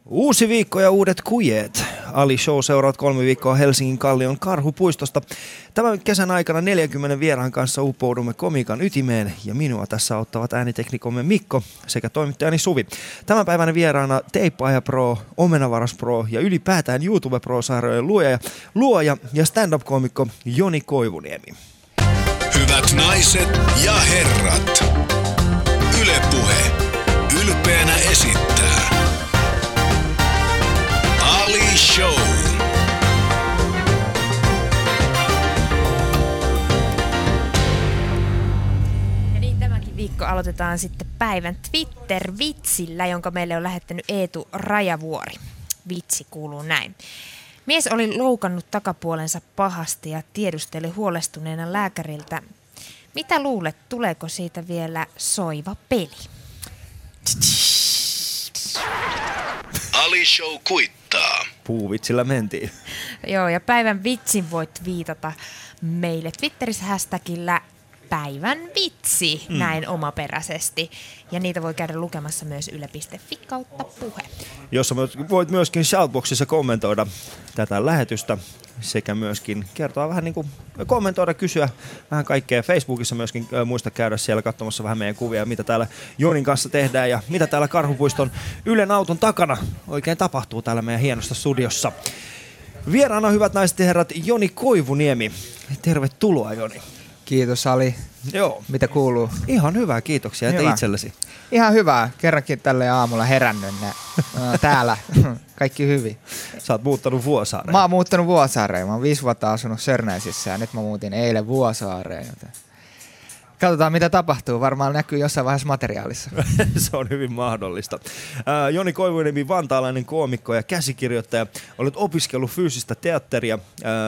Uusi viikko ja uudet kujeet. Ali Show seuraat 3 viikkoa Helsingin Kallion Karhupuistosta. Tämän kesän aikana 40 vieraan kanssa uppoudumme komiikan ytimeen ja minua tässä auttavat ääniteknikomme Mikko sekä toimittajani Suvi. Tämän päivänä vieraana Teippaaja Pro, Omenavaras Pro ja ylipäätään YouTube Pro-sarjojen luoja ja stand-up-koomikko Joni Koivuniemi. Hyvät naiset ja herrat, Yle Puhe ylpeänä esittää Ali Show. Ja niin tämäkin viikko aloitetaan sitten päivän Twitter-vitsillä, jonka meille on lähettänyt Eetu Rajavuori. Vitsi kuuluu näin. Mies oli loukannut takapuolensa pahasti ja tiedusteli huolestuneena lääkäriltä, mitä luulet, tuleeko siitä vielä soiva peli? Ali Show kuittaa. Puuvitsillä mentiin. Joo, ja päivän vitsin voit viitata meille Twitterissä hashtagillä päivän vitsi, näin omaperäisesti. Ja niitä voi käydä lukemassa myös yle.fi/puhe. Jossa voit myöskin shoutboxissa kommentoida tätä lähetystä sekä myöskin kertoa vähän niin kuin kommentoida, kysyä vähän kaikkea. Facebookissa myöskin muista käydä siellä katsomassa vähän meidän kuvia, mitä täällä Jonin kanssa tehdään ja mitä täällä Karhupuiston Ylen auton takana oikein tapahtuu täällä meidän hienossa studiossa. Vieraana hyvät naiset ja herrat Joni Koivuniemi. Tervetuloa Joni. Kiitos Ali. Joo. Mitä kuuluu? Ihan hyvää, kiitoksia. Entä itsellesi? Ihan hyvää. Kerrankin tälle aamulla herännyt täällä. Kaikki hyvin. Sä oot muuttanut Vuosaareen. Mä oon muuttanut Vuosaareen. Mä oon 5 vuotta asunut Sörnäisissä ja nyt mä muutin eilen Vuosaareen. Joten katsotaan mitä tapahtuu. Varmaan näkyy jossain vaiheessa materiaalissa. Se on hyvin mahdollista. Joni Koivuniemi, vantaalainen koomikko ja käsikirjoittaja. Olet opiskellut fyysistä teatteria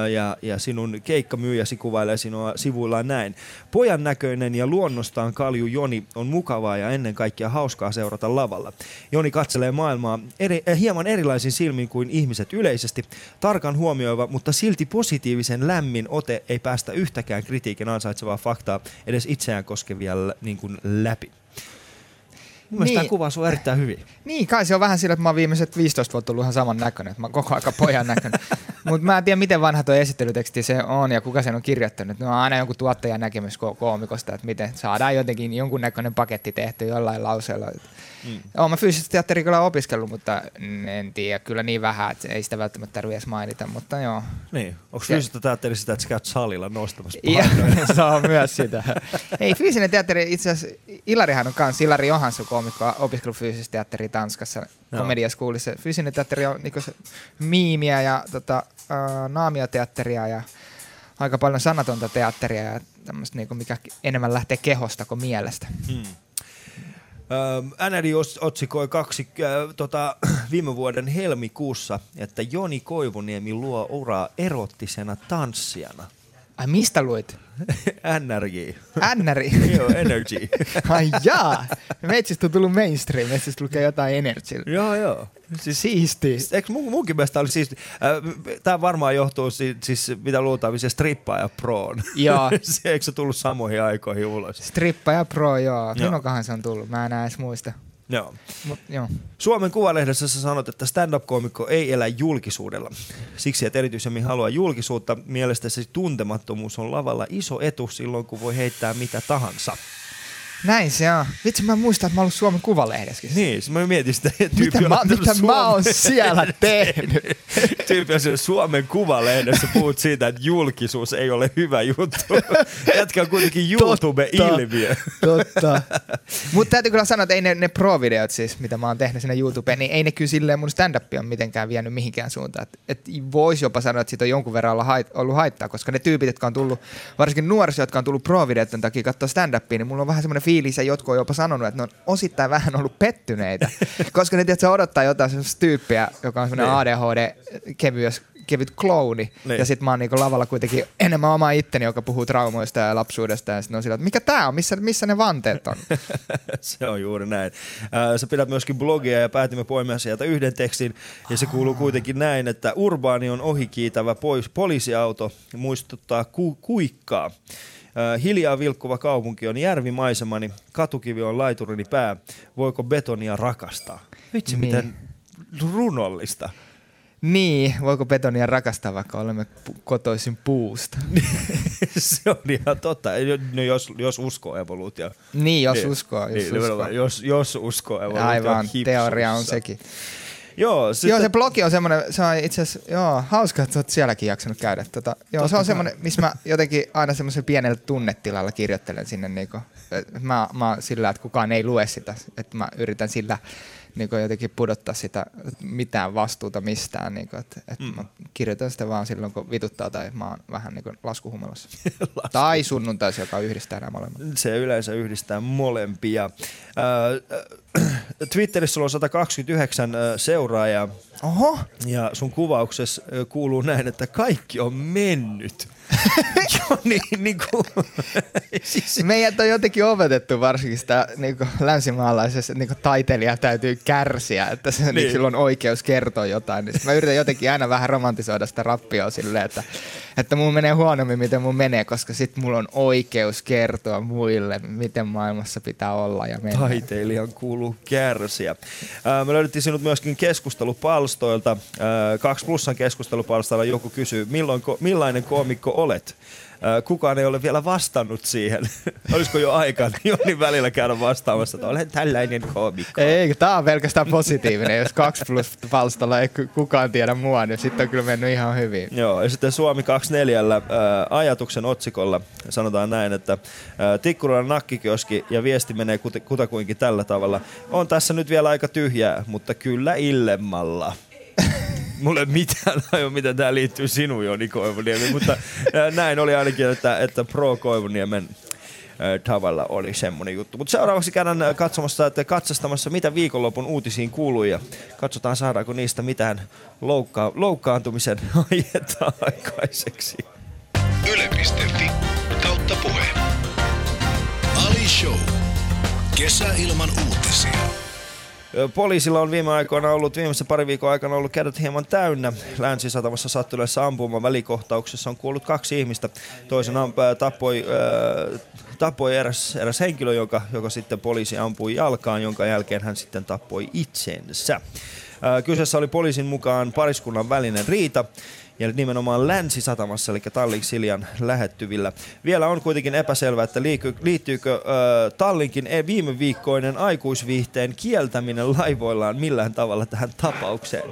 ja sinun keikkamyyjäsi kuvailee sinua sivuillaan näin. Pojan näköinen ja luonnostaan kalju Joni on mukavaa ja ennen kaikkea hauskaa seurata lavalla. Joni katselee maailmaa hieman erilaisin silmin kuin ihmiset yleisesti. Tarkan huomioiva, mutta silti positiivisen lämmin ote ei päästä yhtäkään kritiikin ansaitsevaa faktaa edes itseään koskevia niin kuin läpi. Mielestäni tämä kuvaa sua erittäin hyvin. Niin, kai se on vähän sillä, että mä oon viimeiset 15 vuotta ollut ihan saman näköinen. Mä oon koko ajan pojan näköinen. Mutta mä en tiedä, miten vanha tuo esittelyteksti se on ja kuka sen on kirjoittanut. No on aina jonkun tuottajan näkemys koomikosta, että miten saadaan jotenkin jonkunnäköinen paketti tehty jollain lauseella. Oon mä fyysistä teatteria kyllä opiskellut, mutta en tiedä, kyllä niin vähän, että ei sitä välttämättä tarvitse edes mainita, mutta joo. Niin, onko fyysistä teatteri sitä, että sä käyt salilla nostamassa painoja? Se on myös sitä. Ei, fyysinen teatteri, itse asiassa Ilarihan on kanssa, Ilari Johansson koomikko, opiskellut fyysistä teatteria Tanskassa komediaskuulissa. Fyysinen teatteri on niin se miimiä ja naamioteatteria ja aika paljon sanatonta teatteria ja tämmöistä, niin mikä enemmän lähtee kehosta kuin mielestä. NRJ otsikoi viime vuoden helmikuussa, että Joni Koivuniemi luo uraa erottisena tanssijana. Ai mistä luit? NRJ. NRJ? Joo, Energy. Ai jaa! Meitsistä on tullut mainstream, meitsistä lukee jotain Energy. Joo. Siis siistiä. Eikö munkin mielestä oli siistiä? Tämä varmaan johtuu siis mitä luultaan, se Strippaaja Proon. Joo. Eikö se tullut samoihin aikoihin ulos? Strippaaja Pro, joo. Milloinkohan se on tullut? Mä en edes muista. Joo. Joo. Suomen Kuvalehdessä sä sanot, että stand-up-koomikko ei elä julkisuudella. Siksi, että erityisemmin haluaa julkisuutta, mielestäsi tuntemattomuus on lavalla iso etu silloin, kun voi heittää mitä tahansa. Näin se on. Vitsi, mä muistan, että mä oon ollut Suomen Kuvalehdessäkin. Niin, mä mietin sitä. Mitä mä oon siellä tehnyt? Tyyppi on Suomen Kuvalehdessä puhut siitä, että julkisuus ei ole hyvä juttu. Jätkä on kuitenkin YouTube-ilmiö. Totta. Mutta täytyy kyllä sanoa, että ei ne pro-videot siis, mitä mä oon tehnyt sinne YouTubeen, niin ei ne kyllä silleen mun stand-up on mitenkään vienyt mihinkään suuntaan. Et voisi jopa sanoa, että siitä on jonkun verran ollut haittaa, koska ne tyypit, jotka on tullut, varsinkin nuoriso, jotka on tullut pro-videoiden takia katsoa stand-upia, niin mulla on vähän semmoinen fiilis, ja jotkut on jopa sanonut, että ne on osittain vähän ollut pettyneitä, koska ne tiedät, odottaa jotain sellaista tyyppiä, joka on semmoinen ADHD kevyt klouni, ja sit mä oon niinku lavalla kuitenkin enemmän oma itteni, joka puhuu traumoista ja lapsuudesta, ja sit on sillä, että mikä tää on, missä ne vanteet on? Se on juuri näin. Sä pidät myöskin blogia ja päätimme poimia sieltä yhden tekstin, ja se kuuluu kuitenkin näin, että urbaani on ohikiitävä poliisiauto, muistuttaa kuikkaa. Hiljaa vilkkuva kaupunki on järvimaisemani, katukivi on laiturini pää. Voiko betonia rakastaa? Vitsi, miten runollista. Niin, voiko betonia rakastaa, vaikka olemme kotoisin puusta? Se on ihan totta. No, jos uskoo evoluutio. Niin, jos uskoo. Jos uskoo evoluutio. Aivan, teoria on sekin. Joo, se blogi on semmoinen, se on itse asiassa, hauska, että sä oot sielläkin jaksanut käydä. Se on semmoinen, missä mä jotenkin aina semmoisella pienellä tunnetilalla kirjoittelen sinne. Niinku, mä sillä, että kukaan ei lue sitä, että mä yritän sillä niinku jotenkin pudottaa sitä mitään vastuuta mistään. Niinku, että mä kirjoitan sitä vaan silloin, kun vituttaa tai mä oon vähän niinku laskuhumelossa. Tai sunnuntaisi, joka yhdistää nämä molemmat. Se yleensä yhdistää molempia. Twitterissä sulla on 129 seuraajaa. Oho. Ja sun kuvauksessa kuuluu näin, että kaikki on mennyt. Joo, siis. Meidät on jotenkin opetettu varsinkin sitä länsimaalaisessa, että taiteilija täytyy kärsiä, että se, niin. Sillä on oikeus kertoa jotain. Niin mä yritän jotenkin aina vähän romantisoida sitä rappioa silleen, että mun menee huonommin, miten mun menee, koska sit mulla on oikeus kertoa muille, miten maailmassa pitää olla ja mennä. Taiteilijan kuuluu kärsiä. Me löydettiin sinut myöskin keskustelupalstoilta. 2+:n keskustelupalstoilla joku kysyy, millainen koomikko olet? Kukaan ei ole vielä vastannut siihen. Olisiko jo aika Joni välillä käydä vastaamassa, että olen tällainen koomikko? Ei, tää on pelkästään positiivinen. Jos 2+-palstalla ei kukaan tiedä mua, niin sitten on kyllä mennyt ihan hyvin. Joo, ja sitten Suomi 24 ajatuksen otsikolla sanotaan näin, että Tikkurilan nakkikioski ja viesti menee kutakuinkin tällä tavalla. On tässä nyt vielä aika tyhjää, mutta kyllä illemmalla. Mulla ei mitään ajo, miten tää liittyy sinuun, Joni Koivuniemi, mutta näin oli ainakin, että Pro Koivuniemen tavalla oli semmonen juttu. Mutta seuraavaksi käydään katsastamassa, mitä viikonlopun uutisiin kuuluu ja katsotaan, saadaanko niistä mitään loukkaantumisen aihetta aikaiseksi. Yle.fi/puhe. Ali Show. Kesä ilman uutisia. Poliisilla on viimeisen parin viikon aikana ollut kädet hieman täynnä. Länsisatamassa sattuneessa ampuman välikohtauksessa on kuollut 2 ihmistä. Toisen tappoi eräs henkilö, joka sitten poliisi ampui jalkaan, jonka jälkeen hän sitten tappoi itsensä. Kyseessä oli poliisin mukaan pariskunnan välinen riita. Ja nimenomaan Länsisatamassa, eli Tallink-Siljan lähettyvillä. Vielä on kuitenkin epäselvää, että liittyykö Tallinkin viime viikkoinen aikuisviihteen kieltäminen laivoillaan millään tavalla tähän tapaukseen.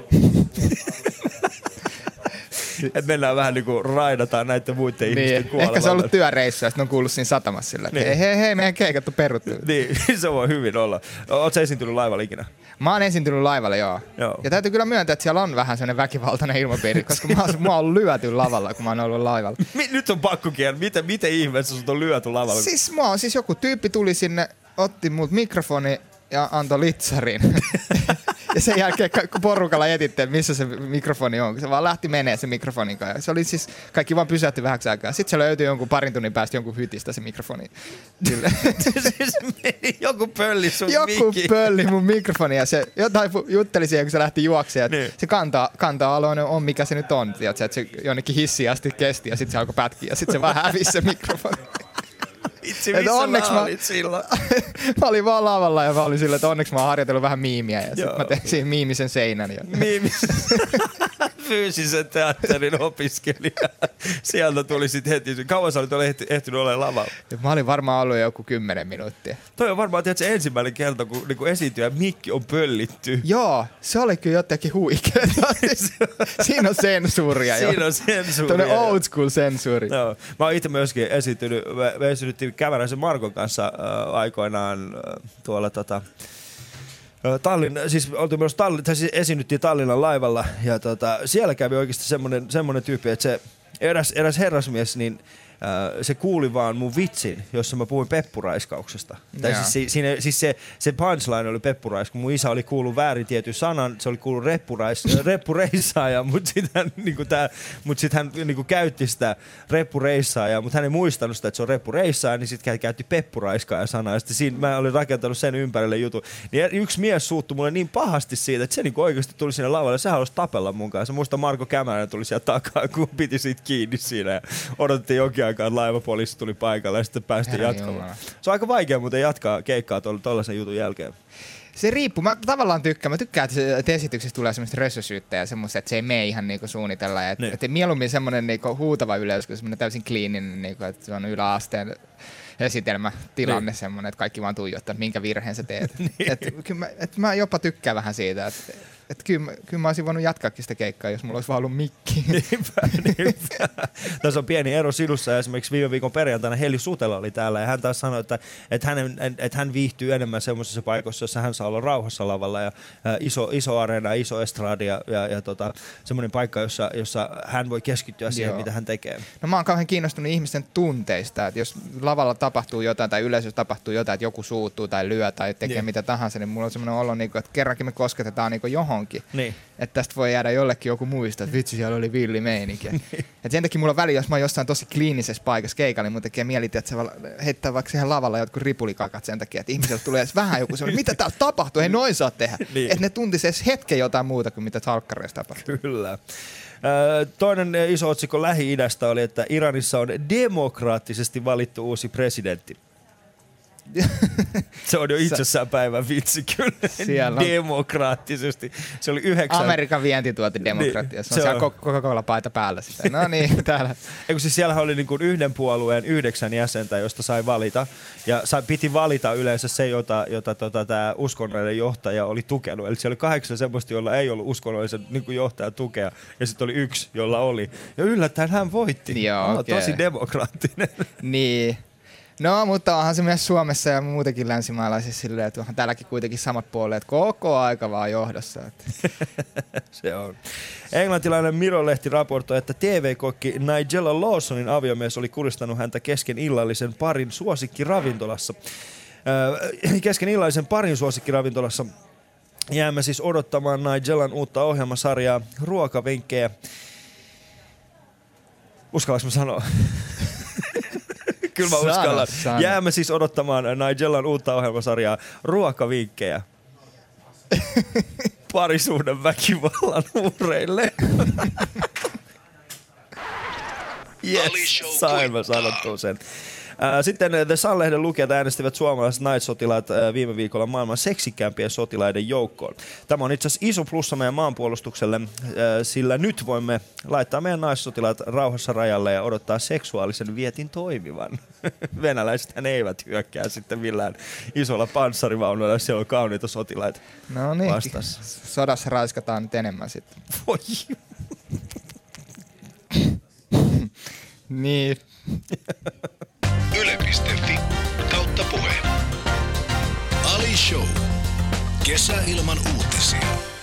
Et mennään vähän niinku raidataan näiden muiden ihmisten kuolemaan. Ehkä se on ollut työreissu ja sitten on kuullut siinä satamassa sillä, että hei, meidän keikat on peruttu. Niin, se voi hyvin olla. Ootko sä esiintynyt laivalla ikinä? Mä oon esiintynyt laivalla, joo. Ja täytyy kyllä myöntää, että siellä on vähän sellainen väkivaltainen ilmapiiri, koska mä oon lyöty lavalla, kun mä oon ollut laivalla. Nyt on pakko kieltä. Miten ihmeessä sut on lyöty lavalla? Siis joku tyyppi tuli sinne, otti multa mikrofoni ja antoi litsarin. Ja sen jälkeen porukalla etitte, missä se mikrofoni on. Se vaan lähti menee se mikrofonin kanssa. Se oli siis, kaikki vaan pysähti vähäksi aikaa. Sitten se löytyi jonkun parin tunnin päästä jonkun hytistä se mikrofoni. Siis joku pölli sun Joku pölli mun mikrofoni ja se jotain jutteli siihen, kun se lähti juoksemaan. Niin. Se kantaa-aloinen on mikä se nyt on. Tiedätkö, että se jonnekin hissiin asti kesti ja sitten se alkoi pätkiä ja sitten se vaan hävisi se mikrofoni. Itse missä mä olit silloin? Mä olin vaan lavalla ja mä olin silleen, että onneksi mä oon harjoitellut vähän miimiä ja sitten mä tein siihen miimisen seinän. Fyysisen teatterin opiskelija. Sieltä tuli sitten heti. Kauan sä olit ehtinyt olemaan lavalla? Mä olin varmaan ollut joku 10 minuuttia. Toi on varmaan se ensimmäinen kerta, kun niinku esiintyjä mikki on pöllitty. Joo, se oli kyllä jotenkin huikeeta. Siinä on sensuuria. Siinä on sensuuria. Tuonne old school sensuuri. Joo. Mä oon itse myöskin esiintynyt. Me esiinnyttiin Käväräisen Markon kanssa aikoinaan tuolla esiinnyttiin Tallinnan laivalla ja siellä kävi oikeasti semmonen tyyppi, että se eräs herrasmies, niin se kuuli vaan mun vitsin, jossa mä puhuin peppuraiskauksesta. Tai siis se punchline oli peppuraiska. Mun isä oli kuullut väärin tietyn sanan, se oli kuullut reppureissaaja, mutta sit hän niinku käytti sitä reppureissaaja, mutta hän ei muistanut sitä, että se on reppureissaaja, niin sitten käytti peppuraiskaaja sanaa. Ja sitten siinä mä olin rakentanut sen ympärille jutun. Niin yksi mies suuttui mulle niin pahasti siitä, että se niinku oikeasti tuli sinne lavalle ja sehän halusi tapella mun kanssa. Muista Marko Kämäräinen tuli sieltä takaa, kun piti siitä kiinni siinä ja odotettiin jokin aikaan laivapoliisi tuli paikalle ja sitten päästiin jatkamaan. Se on aika vaikea muuten jatkaa keikkaa tollaisen jutun jälkeen. Se riippuu. Mä tavallaan tykkään. Mä tykkään, että esityksessä tulee semmoista rössösyyttä ja semmoista, että se ei mene ihan niinku suunnitella. Että mieluummin semmoinen niinku huutava yleys kuin semmoinen täysin kliininen, niinku, että se on yläasteen esitelmätilanne semmoinen, että kaikki vaan tuijottaa, että minkä virheen sä teet. Mä jopa tykkään vähän siitä, että kyllä mä olisin voinut jatkaakin sitä keikkaa, jos mulla olisi vaan ollut mikki. Niinpä. Tässä on pieni ero sinussa. Esimerkiksi viime viikon perjantaina Heli Sutela oli täällä ja hän taas sanoi, että hän viihtyy enemmän semmoisessa paikoissa, jossa hän saa olla rauhassa lavalla ja iso areena, iso estradi ja semmoinen paikka, jossa hän voi keskittyä siihen, mitä hän tekee. No mä oon kauhean kiinnostunut ihmisten tunteista, että jos lavalla tapahtuu jotain tai yleisössä tapahtuu jotain, että joku suuttuu tai lyö tai tekee mitä tahansa, niin mulla on semmoinen olo, että kerrankin me kosketetaan johonkin. Niin. Että tästä voi jäädä jollekin joku muista, että vitsi, siellä oli villi meininki. Et sen takia mulla on väliä, jos mä oon jossain tosi kliinisessä paikassa keikalla, niin mun tekee mieli, että se heittää vaikka siihen lavalla jotkut ripulikakat sen takia, että ihmisiltä tulee edes vähän joku semmoinen, mitä täällä tapahtuu, ei noin saa tehdä. Niin. Että ne tuntisi edes hetken jotain muuta kuin mitä talkkareissa tapahtuu. Kyllä. Toinen iso otsikko Lähi-idästä oli, että Iranissa on demokraattisesti valittu uusi presidentti. Se on jo itsessään päivän vitsi kyllä. Demokraattisesti. Se oli 9... Amerikan vientituote demokratia. Se on siellä Coca-Cola-paita päällä sitä. No niin, täällä. Eikö siis siellähän oli niin kuin yhden puolueen 9 jäsentä, josta sai valita. Ja piti valita yleensä se, jota tämä uskonnollinen johtaja oli tukenut. Eli siellä oli 8 semmoista, jolla ei ollut uskonnollisen niin kuin johtajan tukea. Ja sitten oli 1, jolla oli. Ja yllättäen hän voitti. Joo, okay. Tosi demokraattinen. Niin. No, mutta onhan se myös Suomessa ja muutenkin länsimaalaisissa silleen, että onhan täälläkin kuitenkin samat puolueet koko aika vaan johdossa. Se on. Englantilainen Mirror-lehti raportoi, että TV-kokki Nigella Lawsonin aviomies oli kuristanut häntä kesken illallisen parin suosikkiravintolassa. Jäämme siis odottamaan Nigellan uutta ohjelmasarjaa Ruokavinkkejä. Uskallanko mä sanoa? Kyllä mä uskallan. Jäämme siis odottamaan Nigellan uutta ohjelmasarjaa Ruokavinkkejä. Parisuuden väkivallan uhreille. Yes, saimme sanottua sen. Sitten The Sun-lehden lukijat äänestivät suomalaiset naissotilaat viime viikolla maailman seksikkäämpien sotilaiden joukkoon. Tämä on itse asiassa iso plussa meidän maanpuolustukselle, sillä nyt voimme laittaa meidän naissotilaat rauhassa rajalle ja odottaa seksuaalisen vietin toimivan. Venäläisethän eivät hyökkää sitten millään isolla panssarivaunuilla, jos siellä on kauniita sotilaita vastassa. Sodassa raiskataan nyt enemmän sitten. Voi. Niin. Yle.fi/puhe. Ali Show. Kesäilman uutisia.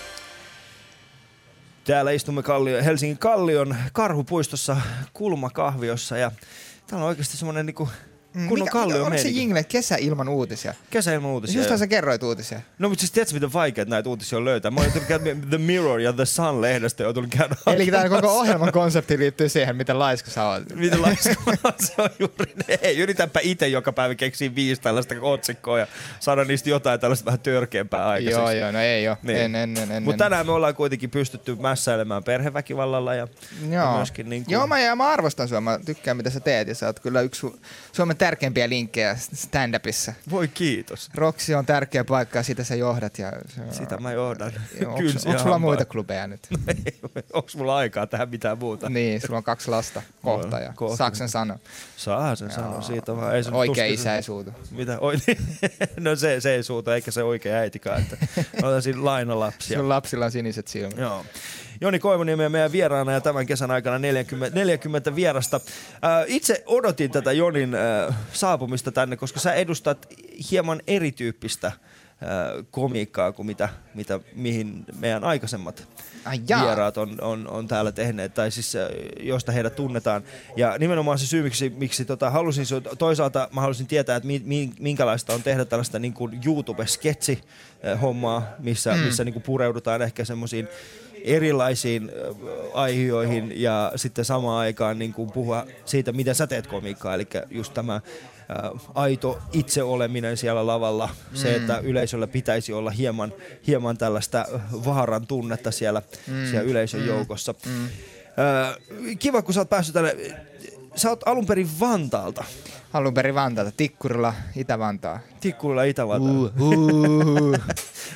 Täällä istumme Helsingin Kallion Karhupuistossa kulmakahviossa ja täällä on oikeasti semmoinen niinku kunnon Kallion meininki. Onko se jingle kesäilman uutisia? Kesäilman uutisia. Just sä kerroit uutisia. No mutta siis tiedätkö miten vaikeat näitä uutisia on löytää? Mä oon tullut käydä The Mirror ja The Sun-lehdestä joutunut käydä. Eli tämä koko ohjelman konsepti liittyy siihen, miten laiska sä oot. Miten laiska se on juuri. Ei, yritänpä itse joka päivä keksiä 5 tällaista otsikkoa ja saada niistä jotain tällaista vähän törkeämpää aikaiseksi. Joo, no ei oo. Niin. En. Mutta tänään me ollaan kuitenkin pystytty mässäilemään perheväkivallalla ja myöskin niin kuin... Joo, mä arvostan sua. Mä tykkään mitä sä teet ja sä oot kyllä yksi Suomen tärkeimpiä linkkejä stand-upissa. Voi kiitos. Roksi on tärkeä paikka ja sitä sä johdat. Ja sitä mä johdan. Onko sulla muita klubeja nyt? Onko mulla aikaa tähän mitään muuta? Niin, sulla on 2 lasta kohta ja saako sen sanoa? Saa sen sanoa, siitä vaan. Ei oikea isä ei suutu. Mitä? No se ei suutu, eikä se oikea äitikaan. Otan siinä lainalapsia. Sun lapsilla on siniset silmät. Joo. Joni Koivuniemi on meidän vieraana ja tämän kesän aikana 40 vierasta. Itse odotin tätä Jonin saapumista tänne, koska sä edustat hieman erityyppistä komiikkaa kuin mihin meidän aikaisemmat vieraat on täällä tehneet, tai siis josta heidät tunnetaan. Ja nimenomaan se syy, miksi halusin toisaalta mä halusin tietää, että minkälaista on tehdä tällaista niin kuin YouTube-sketsi-hommaa, missä niin kuin pureudutaan ehkä semmoisiin erilaisiin aiheisiin ja sitten samaan aikaan niin kuin puhua siitä, miten sä teet komiikkaa, eli just tämä aito itseoleminen siellä lavalla, se, että yleisöllä pitäisi olla hieman tällaista vaaran tunnetta siellä yleisön joukossa. Kiva, kun sä oot päässyt tänne. Sä oot alun perin Vantaalta. Alun perin Vantaalta, Tikkurila, Itä-Vantaa. Tikkurila, Itä-Vantaa.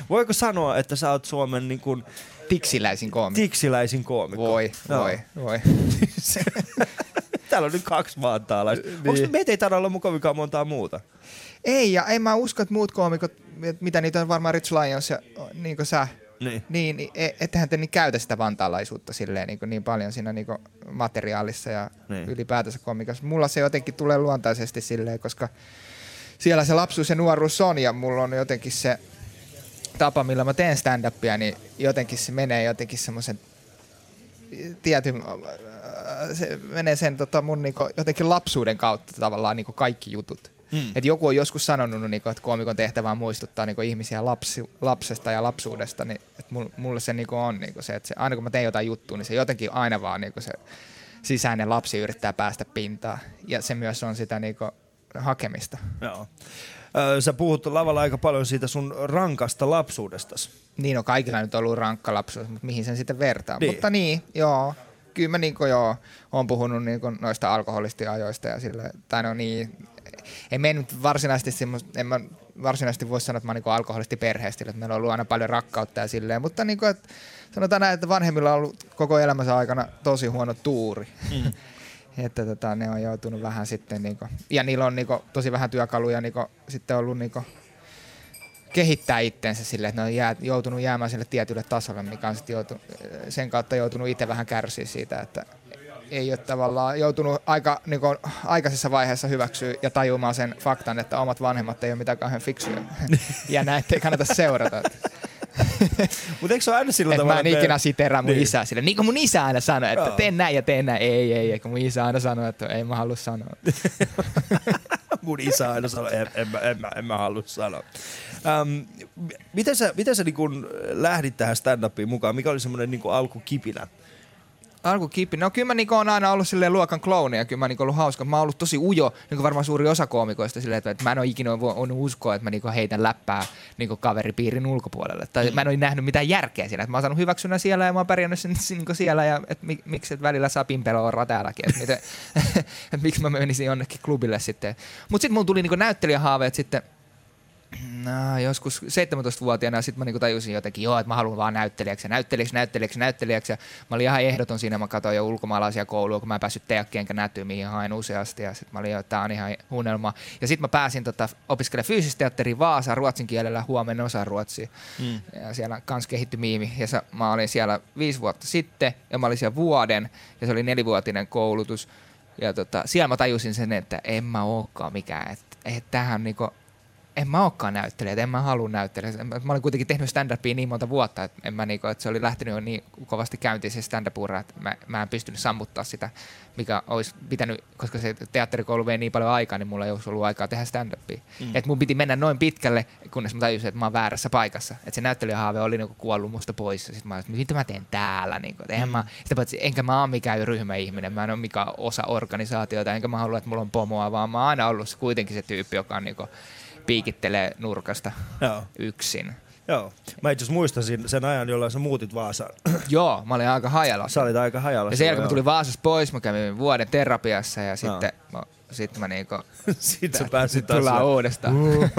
Voiko sanoa, että sä oot Suomen niin kuin Tiksiläisin koomikko. tiksiläisin koomikko? Voi. Täällä on nyt 2 vantaalaista. Niin. Meitä ei taida olla mukavikaan montaa muuta. Ei, ja en mä usko, että muut koomikot, mitä niitä on varmaan Rich Lions ja niin kuin sä, niin ettehän te niin käytä sitä vantaalaisuutta silleen niin paljon siinä niin materiaalissa ja ylipäätänsä komikassa. Mulla se jotenkin tulee luontaisesti silleen, koska siellä se lapsuus ja nuoruus on ja mulla on jotenkin se tapa, millä mä teen stand-upia, niin jotenkin se menee jotenkin semmoisen tietyn, se menee sen mun niinku jotenkin lapsuuden kautta tavallaan niinku kaikki jutut. Et joku on joskus sanonut, niinku, että koomikon tehtävä on muistuttaa niinku ihmisiä lapsesta ja lapsuudesta, niin mulle se niinku on niinku se, että aina kun mä teen jotain juttua, niin se jotenkin aina vaan niinku se sisäinen lapsi yrittää päästä pintaan. Ja se myös on sitä niinku hakemista. Joo. Sä puhut lavalla aika paljon siitä sun rankasta lapsuudestasi. Niin on kaikilla nyt ollut rankka lapsuus, mutta mihin sen sitten vertaa. Niin. Mutta niin, joo. Kyllä mä niinku oon puhunut niinku noista alkoholistiajoista ja sille, tai no niin, en mä varsinaisesti voi sanoa, että mä oon niinku alkoholistiperheestä, että meillä on ollut aina paljon rakkautta ja silleen, mutta niinku, että sanotaan näin, että vanhemmilla on ollut koko elämänsä aikana tosi huono tuuri. Että ne on joutunut vähän sitten niinku, ja niillä on niinku tosi vähän työkaluja niinku sitten ollut niinku kehittää itsensä silleen, että ne on joutunut jäämään sille tietylle tasolle, mikä on sitten sen kautta joutunut itse vähän kärsiä siitä, että ei ole tavallaan joutunut niinku aikaisessa vaiheessa hyväksyä ja tajumaan sen faktan, että omat vanhemmat ei ole mitään kauhean fiksuja. Ja näitä ei kannata seurata. Mutta eikö se ole aina sillä tavalla? Mä en ikinä siterää mun isää sille. Niin kuin mun isä aina sanoi, että teen näin ja teen näin. Ei, kun mun isä aina sanoi, että ei mä halua sanoa. Mun isä aina sanoi, en mä halua sanoa. Miten sä niin kun lähdit tähän stand-upiin mukaan? Mikä oli semmoinen niin kun alkukipinä? No kyllä mä niinku on aina ollut silleen luokan klouni ja kyllä mä niinku ollut hauska. Mä oon ollut tosi ujo, niinku varmaan suuri osa koomikoista silleen, että mä en ole ikinä voinut uskoa, että mä niinku heitän läppää niinku kaveripiirin ulkopuolelle. Tai mä en ole nähnyt mitään järkeä siinä. Että mä oon saanut hyväksynnä siellä ja mä oon pärjännyt niinku siellä ja miksi et välillä saa pimpeloa täälläkin. Että miksi mä menisin jonnekin klubille sitten. Mut sit mun tuli niinku näyttelijähaaveet sitten. No, joskus 17-vuotiaana ja sitten mä niinku tajusin jotenkin, että mä haluan vaan näyttelijäksi. Ja mä olin ihan ehdoton siinä, mä katsoin jo ulkomaalaisia kouluja, kun mä en päässyt teakkiin enkä nätyä, mihin hain useasti. Ja sitten mä olin että tää on ihan unelma. Ja sitten mä pääsin opiskelemaan fyysistä teatteria Vaasaan ruotsin kielellä, huomenna osaan ruotsia. Ja siellä kans kehittyi miimi. Ja mä olin siellä 5 vuotta sitten ja mä olin siellä vuoden ja se oli 4-vuotinen koulutus. Ja siellä mä tajusin sen, että en mä ookaan mikään. Että tähän niinku en mä olekaan näyttelijä, en mä halua näyttelijä. Mä olin kuitenkin tehnyt stand-upia niin monta vuotta, että se oli lähtenyt jo niin kovasti käyntiin se stand-up-ura, että mä en pystynyt sammuttaa sitä, mikä olisi pitänyt, koska se teatterikoulu vei niin paljon aikaa, niin mulla ei olisi ollut aikaa tehdä stand-upia. Että mun piti mennä noin pitkälle, kunnes mä tajusin, että mä oon väärässä paikassa. Että se näyttelijähaave oli niinku kuollut musta pois. Ja sit mä olin, että mitä mä teen täällä? Niinku, enkä mä ole mikään ryhmäihminen, mä en ole mikään osa organisaatiota, enkä mä halua, että mulla on pomoa, vaan mä oon aina ollut kuitenkin se tyyppi, joka on niinku piikittelee nurkasta yksin. Joo. Mä itse asiassa muistan sen ajan, jolloin sä muutit Vaasaan. Joo, mä olin aika hajalla. Sä olit aika hajalla. Ja sen jälkeen, kun mä tulin Vaasasta pois, mä kävin vuoden terapiassa ja sitten mä niinku sitten sä pääsit tullaan uudestaan.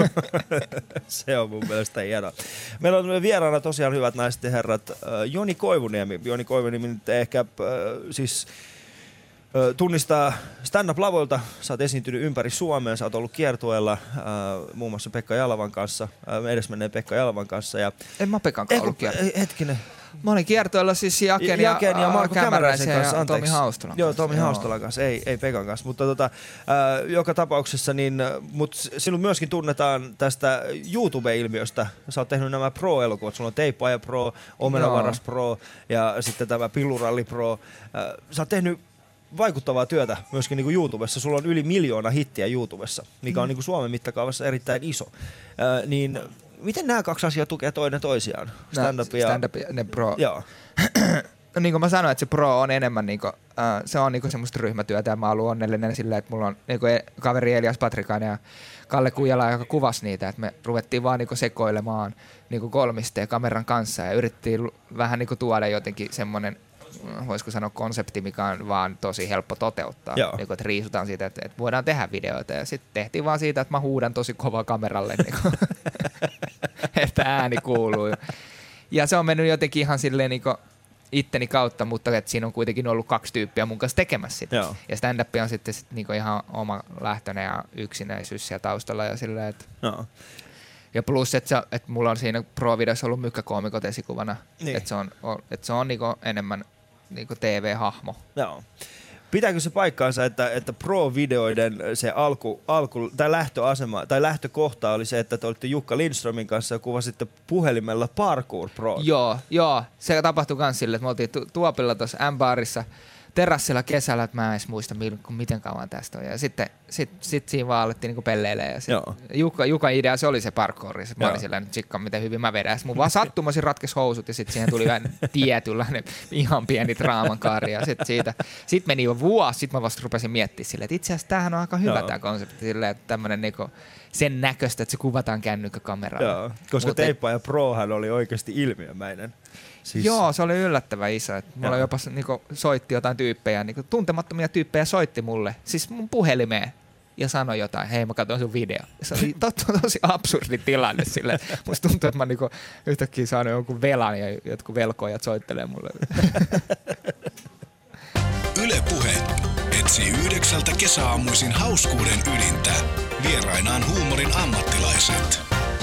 Se on mun mielestä hienoa. Meillä on vieraana tosiaan hyvät naiset ja herrat Joni Koivuniemi. Joni Koivuniemi nyt ehkä siis tunnistaa stand-up-lavoilta. Sä oot esiintynyt ympäri Suomea, sä oot ollut kiertueella muun muassa Pekka Jalavan kanssa, edesmenneen Pekka Jalavan kanssa. Ja en mä Pekan kanssa ollut kiertueella. Hetkinen. Mä olin kiertueella siis Jaken ja Marko Kämäräisen kanssa, ja Tomi Haustolan kanssa. Joo, Tomi Haustolan kanssa, ei Pekan kanssa. Mutta joka tapauksessa, sinut myöskin tunnetaan tästä YouTube-ilmiöstä. Sä oot tehnyt nämä Pro-elokuvat. Sulla on Teippaaja Pro, Omenavaras Pro ja sitten tämä Pilluralli Pro. Sä oot tehnyt vaikuttavaa työtä myöskin niin kuin YouTubessa. Sulla on yli 1 miljoona hittiä YouTubessa, mikä on niin kuin Suomen mittakaavassa erittäin iso. Niin miten nämä 2 asiaa tukee toinen toisiaan? Stand-up ja ne Pro. Joo. No niin kuin mä sanoin, että se Pro on enemmän niinku, se on niinku semmoista ryhmätyötä ja mä oon ollut onnellinen sillä, että mulla on niinku kaveri Elias Patrikainen ja Kalle Kujala, joka kuvasi niitä, että me ruvettiin vaan niinku sekoilemaan niinku kolmisteen kameran kanssa ja yritettiin vähän niinku tuoda jotenkin semmoinen, voisiko sanoa konsepti, mikä on vaan tosi helppo toteuttaa. Niin, että riisutaan siitä, että voidaan tehdä videoita. Ja sitten tehtiin vaan siitä, että mä huudan tosi kovaa kameralle. Niin että ääni kuuluu. Ja se on mennyt jotenkin ihan silleen niinku itteni kautta, mutta että siinä on kuitenkin ollut 2 tyyppiä mun kanssa tekemässä sitä. Joo. Ja stand-up on sitten niinku ihan oma lähtöinen ja yksinäisyys siellä taustalla ja silleen, että No. ja plus, että mulla on siinä Pro-videossa ollut mykkäkoomikot esikuvana, Niin. että se on niinku enemmän niinku TV-hahmo. Joo. Pitääkö se paikkaansa, että Pro-videoiden se alku tai lähtöasema tai lähtökohta oli se, että te olitte Jukka Lindströmin kanssa ja kuvasitte puhelimella Parkour Pro? Joo. Se tapahtui myös silleen, että me oltiin Tuopilla tuossa M-baarissa terassilla kesällä, että mä en edes muista miten kauan tästä on. Ja sitten siinä vaan alettiin niinku pelleilemään. Jukan idea se oli se parkour. Mä olin silleen, että tsikka, miten hyvin mä vedän. Mun vaan sattumoisin ratkesi housut ja sitten siihen tuli vähän tietynlainen ihan pieni draamankaari. Ja sitten meni jo vuosi, sitten mä vasta rupesin miettimään silleen, että itse asiassa tämähän on aika hyvä tämä konsepti. Silleen, että tämmönen niinku sen näköistä, että se kuvataan kännykkäkameralla. Joo, koska Teippa ja Prohan oli oikeasti ilmiömäinen. Siis... Joo, se oli yllättävän iso. Mulla jopa niinku, soitti jotain tyyppejä, niinku, tuntemattomia tyyppejä soitti mulle, siis mun puhelimeen, ja sanoi jotain, hei mä katson sun video. Se oli tosi absurdi tilanne silleen. Musta tuntuu, että mä niinku, yhtäkkiä saanut jonkun velan ja jotkut velkoijat soittelee mulle. Yle Puhe etsii 9 kesäaamuisin hauskuuden ydintä. Vierainaan huumorin ammattilaiset.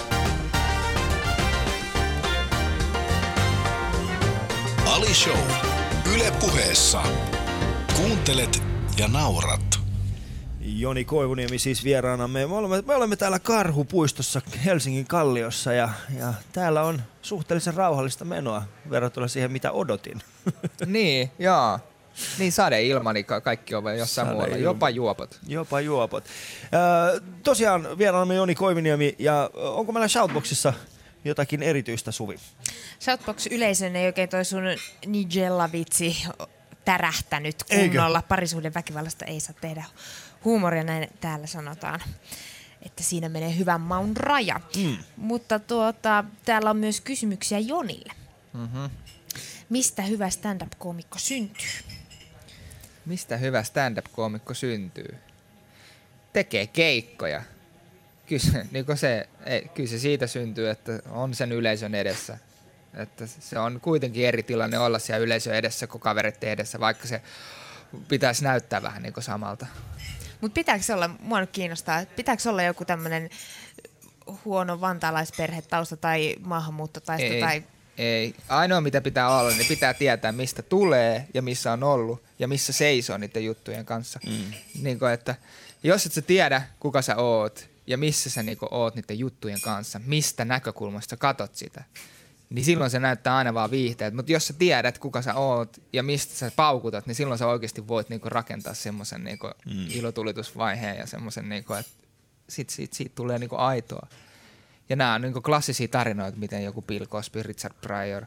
Ali Show. Yle Puheessa. Kuuntelet ja naurat. Joni Koivuniemi siis vieraanamme. Me olemme täällä Karhupuistossa Helsingin Kalliossa ja täällä on suhteellisen rauhallista menoa verrattuna siihen, mitä odotin. Niin, joo. Niin sadeilma, niin kaikki on jossain muualla. Jopa juopot. Tosiaan vieraanamme Joni Koivuniemi ja onko meillä Shoutboxissa jotakin erityistä, Suvi? Shoutbox-yleisön ei oikein toi sun Nigella-vitsi tärähtänyt kunnolla. Parisuuden väkivallasta ei saa tehdä huumoria, näin täällä sanotaan. Että siinä menee hyvän maun raja. Mutta täällä on myös kysymyksiä Jonille. Mm-hmm. Mistä hyvä stand-up-koomikko syntyy? Mistä hyvä stand-up-koomikko syntyy? Tekee keikkoja. Kyllä se siitä syntyy, että on sen yleisön edessä. Että se on kuitenkin eri tilanne olla siellä yleisön edessä kuin kavereiden edessä, vaikka se pitäisi näyttää vähän niin kuin samalta. Mutta pitääkö se olla, mua nyt kiinnostaa, pitääkö olla joku tämmöinen huono vantaalaisperhetausta tai maahanmuuttotaisto tai... Ei. Ainoa mitä pitää olla, niin pitää tietää mistä tulee ja missä on ollut ja missä seisoo niiden juttujen kanssa. Niin kuin, että jos et sä tiedä kuka sä oot ja missä sä niinku oot niiden juttujen kanssa, mistä näkökulmasta sä katot sitä, niin silloin se näyttää aina vaan viihteet. Mutta jos sä tiedät kuka sä oot ja mistä sä paukutat, niin silloin sä oikeasti voit niinku rakentaa semmoisen niinku ilotulitusvaiheen ja semmoisen, niinku, että siitä tulee niinku aitoa. Ja nämä on niinku klassisia tarinoita, miten joku Bill Cosby, Richard Pryor,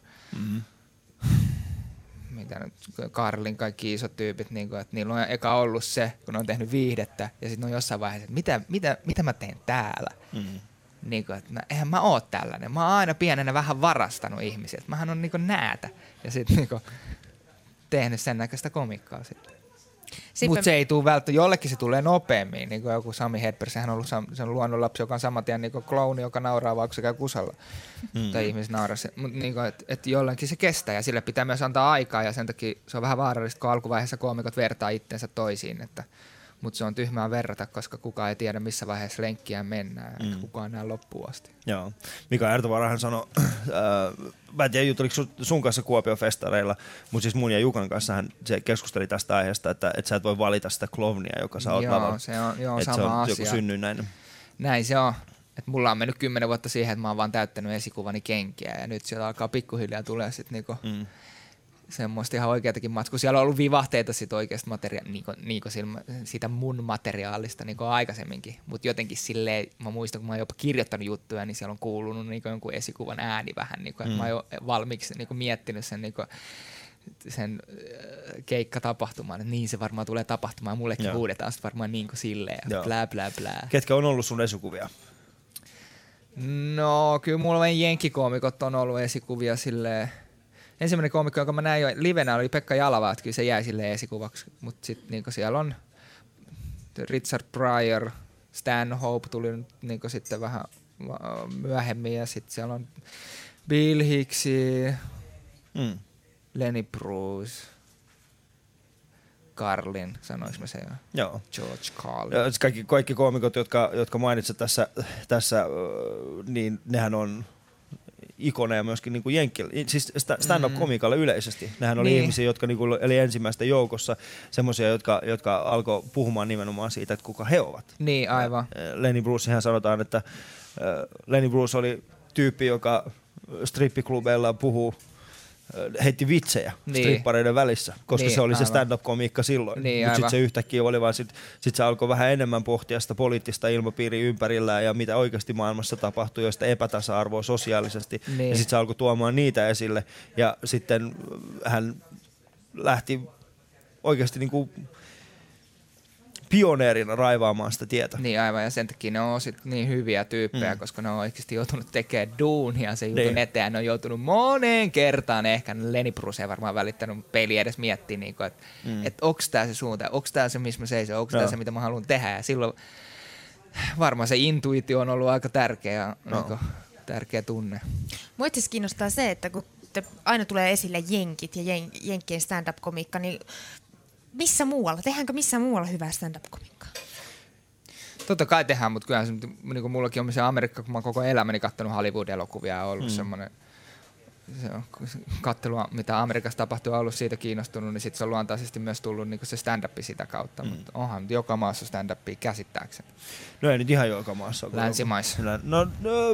mitä nyt, Carlin, kaikki isot tyypit, niinku, että niillä on eka ollut se, kun ne on tehnyt viihdettä, ja sitten on jossain vaiheessa, että mitä mä teen täällä? Niinku, että eihän mä oo tällainen. Mä oon aina pienenä vähän varastanut ihmisiä. Mähän on niinku näätä. Ja sitten niinku tehnyt sen näköistä komikkaa sitten. Mutta se ei tule välttämättä, jollekin se tulee nopeammin, niin kuin joku Sami Hedberg, sehän on ollut sen luonnonlapsi, joka on saman tien niin kuin klouni, joka nauraa vaikka se käy kusalla, tai ihmiset nauraa. Mutta niin että jollekin se kestää, ja sille pitää myös antaa aikaa, ja sen takia se on vähän vaarallista, kun alkuvaiheessa koomikot vertaa itseensä toisiin, mutta se on tyhmää verrata, koska kukaan ei tiedä, missä vaiheessa lenkkiä mennään, eikä kukaan näe loppuun asti. Joo. Mika Ertovaarahan sanoi, mä en tiedä, jutteliko sun kanssa Kuopio-festareilla, mutta siis mun ja Jukan kanssa se keskusteli tästä aiheesta, että sä et voi valita sitä klovnia, joka sä oot lavalla. Se on sama se on asia. Joku synnynnäinen. Näin se on. Et mulla on mennyt 10 vuotta siihen, että mä oon vaan täyttänyt esikuvani kenkiä, ja nyt sieltä alkaa pikkuhiljaa tulee sitten niinku semmoista ihan oikeatakin matskua. Siellä on ollut vivahteita sit oikeasta siitä mun materiaalista niinku aikaisemminkin, mutta jotenkin silleen, mä muistan, kun mä oon jopa kirjoittanut juttuja, niin siellä on kuulunut niinku jonkun esikuvan ääni vähän, niinku, että mä oon jo valmiiksi niinku miettinyt sen niinku, sen keikkatapahtumaan, että niin se varmaan tulee tapahtumaan, mullekin huudetaan sitten varmaan niin kuin silleen, blää blää blää. Ketkä on ollut sun esikuvia? No kyllä mulla jenkkikoomikot on ollut esikuvia silleen. Ensimmäinen koomikko, jonka mä näin jo livenä, oli Pekka Jalava, että kyllä se jäi silleen esikuvaksi, mutta sitten niinku siellä on Richard Pryor, Stan Hope tuli niinku sitten vähän myöhemmin ja sitten siellä on Bill Hicksi, Lenny Bruce, Carlin, sanois mä se jo. Joo. George Carlin. Kaikki koomikot, jotka mainitset tässä, niin nehän on ikoneja myöskin niin kuin siis stand-up-komikalle yleisesti. Nehän oli ihmisiä, jotka niin kuin eli ensimmäisten joukossa, semmoisia, jotka alkoi puhumaan nimenomaan siitä, että kuka he ovat. Niin, aivan. Lenny Brucehan sanotaan, että Lenny Bruce oli tyyppi, joka strippiklubeilla heitti vitsejä strippareiden välissä, koska se oli se stand-up-komiikka silloin. Niin, mutta sitten se yhtäkkiä oli vaan, sit se alkoi vähän enemmän pohtia sitä poliittista ilmapiiriä ympärillään ja mitä oikeasti maailmassa tapahtui, joista epätasa-arvoa sosiaalisesti. Niin. Ja sitten se alkoi tuomaan niitä esille ja sitten hän lähti oikeasti niinku pioneerina raivaamaan sitä tietä. Niin aivan, ja sen takia ne on niin hyviä tyyppejä, koska ne on oikeasti joutunut tekemään duunia se jutun eteen. Ne on joutunut moneen kertaan, ehkä Lenny Bruce ei varmaan välittänyt peiliä edes miettiä, niin että onko tämä se suunta, onko tämä se, missä mä seison, onko tämä se, mitä mä haluan tehdä. Ja silloin varmaan se intuitio on ollut aika tärkeä tunne. Mua itse kiinnostaa se, että kun aina tulee esille jenkit ja jenkkien stand-up-komiikka, niin tehdäänkö missään muualla hyvää stand-up-komiikkaa? Totta kai tehdään, mutta kyllähän se, niin kuin mullakin on se Amerikka, kun mä oon koko elämäni kattonut Hollywood-elokuvia ja ollut semmoinen kattelua, mitä Amerikassa tapahtuu, ja ollut siitä kiinnostunut, niin sitten se on luontaisesti myös tullut niin se stand-up sitä kautta, mutta onhan joka maassa stand-upia käsittääkseni. No ei nyt ihan joka maassa. Länsimaissa. No,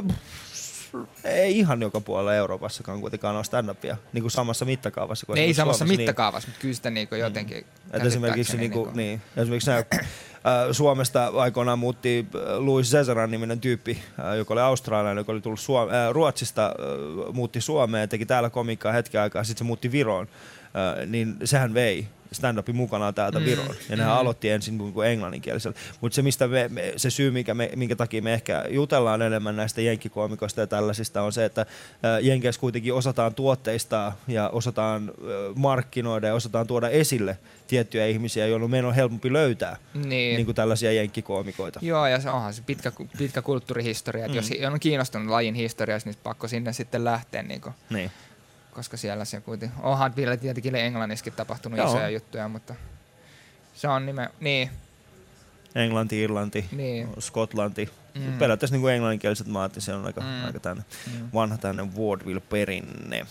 ei ihan joka puolella Euroopassakaan kuitenkaan ole stand-upia niin kuin samassa mittakaavassa kuin ei samassa Suomessa, mittakaavassa, mutta kyllä sitä niin jotenkin esimerkiksi Suomesta aikoinaan muutti Louis Cesaran niminen tyyppi, joka oli australialainen, joka oli tullut Ruotsista, muutti Suomeen ja teki täällä komiikkaa hetken aikaa, sitten se muutti Viroon, niin sehän vei stand-upin mukanaan täältä Viroon. Ja nehän aloitti ensin englanninkielisellä. Mutta se syy, minkä takia me ehkä jutellaan enemmän näistä jenkkikoomikoista ja tällaisista, on se, että Jenkeissä kuitenkin osataan tuotteistaa ja osataan markkinoida ja osataan tuoda esille tiettyjä ihmisiä, joilla meidän on helpompi löytää niin kuin tällaisia jenkkikoomikoita. Joo, ja se onhan se pitkä kulttuurihistoria. Että jos on kiinnostunut lajin historiasta, niin pakko sinne sitten lähteä. Niin. Koska siellä se kuitenkin, onhan vielä tietenkin Englannissakin tapahtunut isoja juttuja, mutta se on niin. Englanti, Irlanti, Skotlanti, periaatteessa niin kuin englanninkieliset maat, niin se on aika vanha tämmöinen vaudeville-perinne.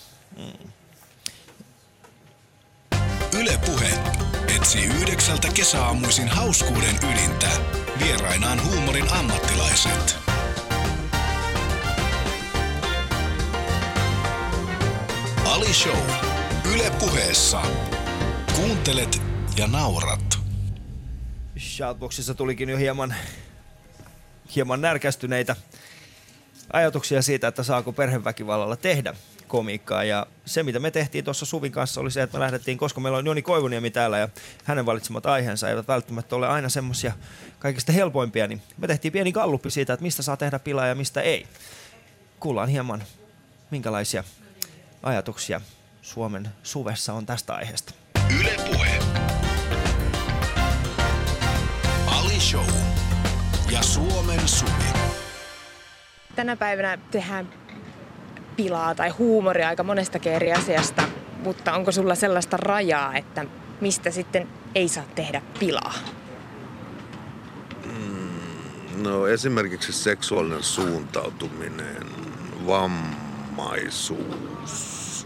Yle Puhe etsii 9 kesäaamuisin hauskuuden ydintä. Vierainaan huumorin ammattilaiset. Ali Show. Yle Puheessa. Kuuntelet ja naurat. Shoutboxissa tulikin jo hieman närkästyneitä ajatuksia siitä, että saako perheväkivallalla tehdä komiikkaa. Ja se, mitä me tehtiin tuossa Suvin kanssa, oli se, että me lähdettiin, koska meillä on Joni Koivuniemi täällä ja hänen valitsemat aiheensa eivät välttämättä ole aina semmoisia kaikista helpoimpia, niin me tehtiin pieni galluppi siitä, että mistä saa tehdä pilaa ja mistä ei. Kuullaan hieman, minkälaisia ajatuksia Suomen suvessa on tästä aiheesta. Yle Puhe. Ali Show ja Suomen suvi. Tänä päivänä tehdään pilaa tai huumoria aika monestakin eri asiasta, mutta onko sulla sellaista rajaa, että mistä sitten ei saa tehdä pilaa? No esimerkiksi seksuaalinen suuntautuminen, vammaisuus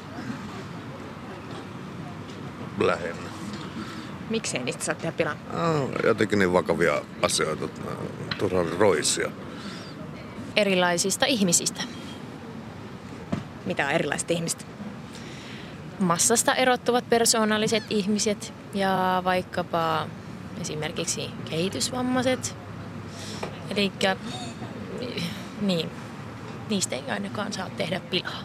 lähinnä. Miksei niistä saa tehdä pilaa? Jotenkin niin vakavia asioita, turhaan roisia. Erilaisista ihmisistä. Mitä on erilaiset ihmiset? Massasta erottuvat persoonalliset ihmiset ja vaikkapa esimerkiksi kehitysvammaiset. Elikkä niin, niistä ei ainakaan saa tehdä pilaa.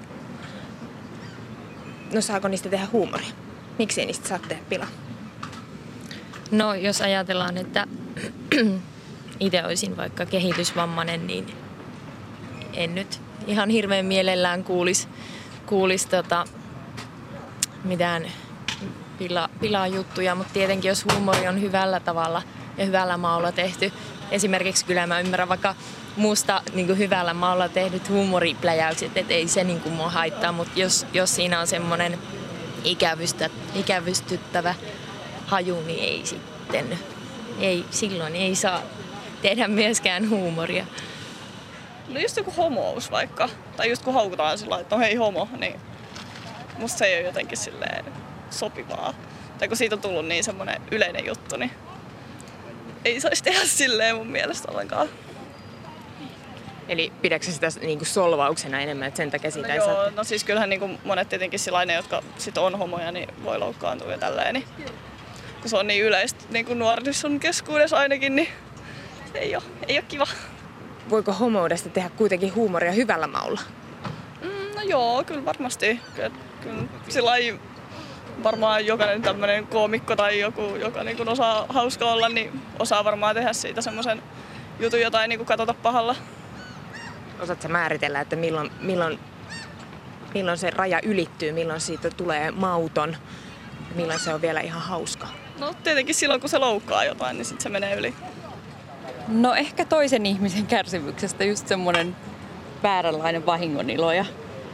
No saako niistä tehdä huumoria? Miksi ei niistä saa tehdä pilaa? No jos ajatellaan, että itse olisin vaikka kehitysvammainen, niin en nyt ihan hirveän mielellään kuulis mitään pilaa juttuja, mutta tietenkin jos huumori on hyvällä tavalla ja hyvällä maulla tehty, esimerkiksi kyllä mä ymmärrän vaikka musta niin kuin hyvällä maalla tehdyt huumoripläjäykset, että ei se niin kuin mua haittaa, mutta jos siinä on semmoinen ikävystyttävä haju, niin ei sitten, silloin ei saa tehdä myöskään huumoria. No just joku homous vaikka, tai just kun haukutaan sillä että no hei homo, niin musta se ei ole jotenkin silleen sopivaa. Tai kun siitä on tullut niin semmoinen yleinen juttu, niin ei saisi tehdä silleen mun mielestä ollenkaan. Eli pidätkö sitä niin kuin solvauksena enemmän, että sen takia siitä ei Joo, saa? no siis kyllähän niin kuin monet tietenkin sillainen, jotka sit on homoja, niin voi loukkaantua ja tälleen. Niin, kun se on niin yleistä niin kuin nuorison keskuudessa ainakin, niin ei ole kiva. Voiko homoudesta tehdä kuitenkin huumoria hyvällä maulla? No joo, kyllä varmasti. Kyllä sillain varmaan jokainen tämmöinen koomikko tai joku, joka niin kuin osaa hauska olla, niin osaa varmaan tehdä siitä semmoisen jutun, jota ei niin kuin katsota pahalla. Osaatko määritellä, että milloin se raja ylittyy, milloin siitä tulee mauton, milloin se on vielä ihan hauska? No tietenkin silloin, kun se loukkaa jotain, niin sitten se menee yli. No ehkä toisen ihmisen kärsimyksestä just semmoinen vääränlainen vahingonilo ja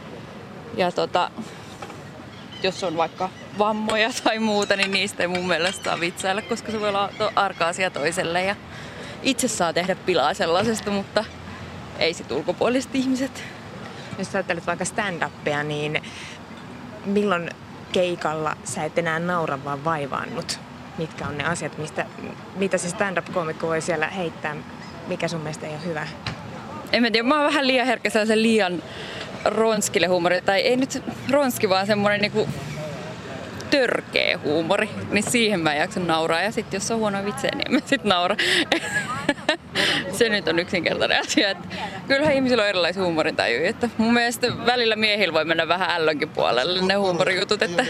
jos on vaikka vammoja tai muuta, niin niistä ei mun mielestä saa vitsailla, koska se voi olla arka asia toiselle ja itse saa tehdä pilaa sellaisesta, mutta ei sit ulkopuoliset ihmiset. Jos ajattelet vaikka stand-upia, niin milloin keikalla sä et enää naura, vaan vaivaannut? Mitkä on ne asiat, mitä se stand-up-koomikko voi siellä heittää, mikä sun mielestä ei ole hyvä? En mä tiedä, mä oon vähän liian herkkä sellaisen liian ronskille huumorille, tai ei nyt ronski, vaan semmoinen niinku törkeä huumori, niin siihen mä en jaksa nauraa. Ja sitten jos on huono vitsejä, niin en mä sit naura. Se nyt on yksinkertainen asia. Että kyllähän ihmisillä on erilaisia huumorintajuja. Että mun mielestä välillä miehillä voi mennä vähän ällönkin puolelle ne huumorijutut. Että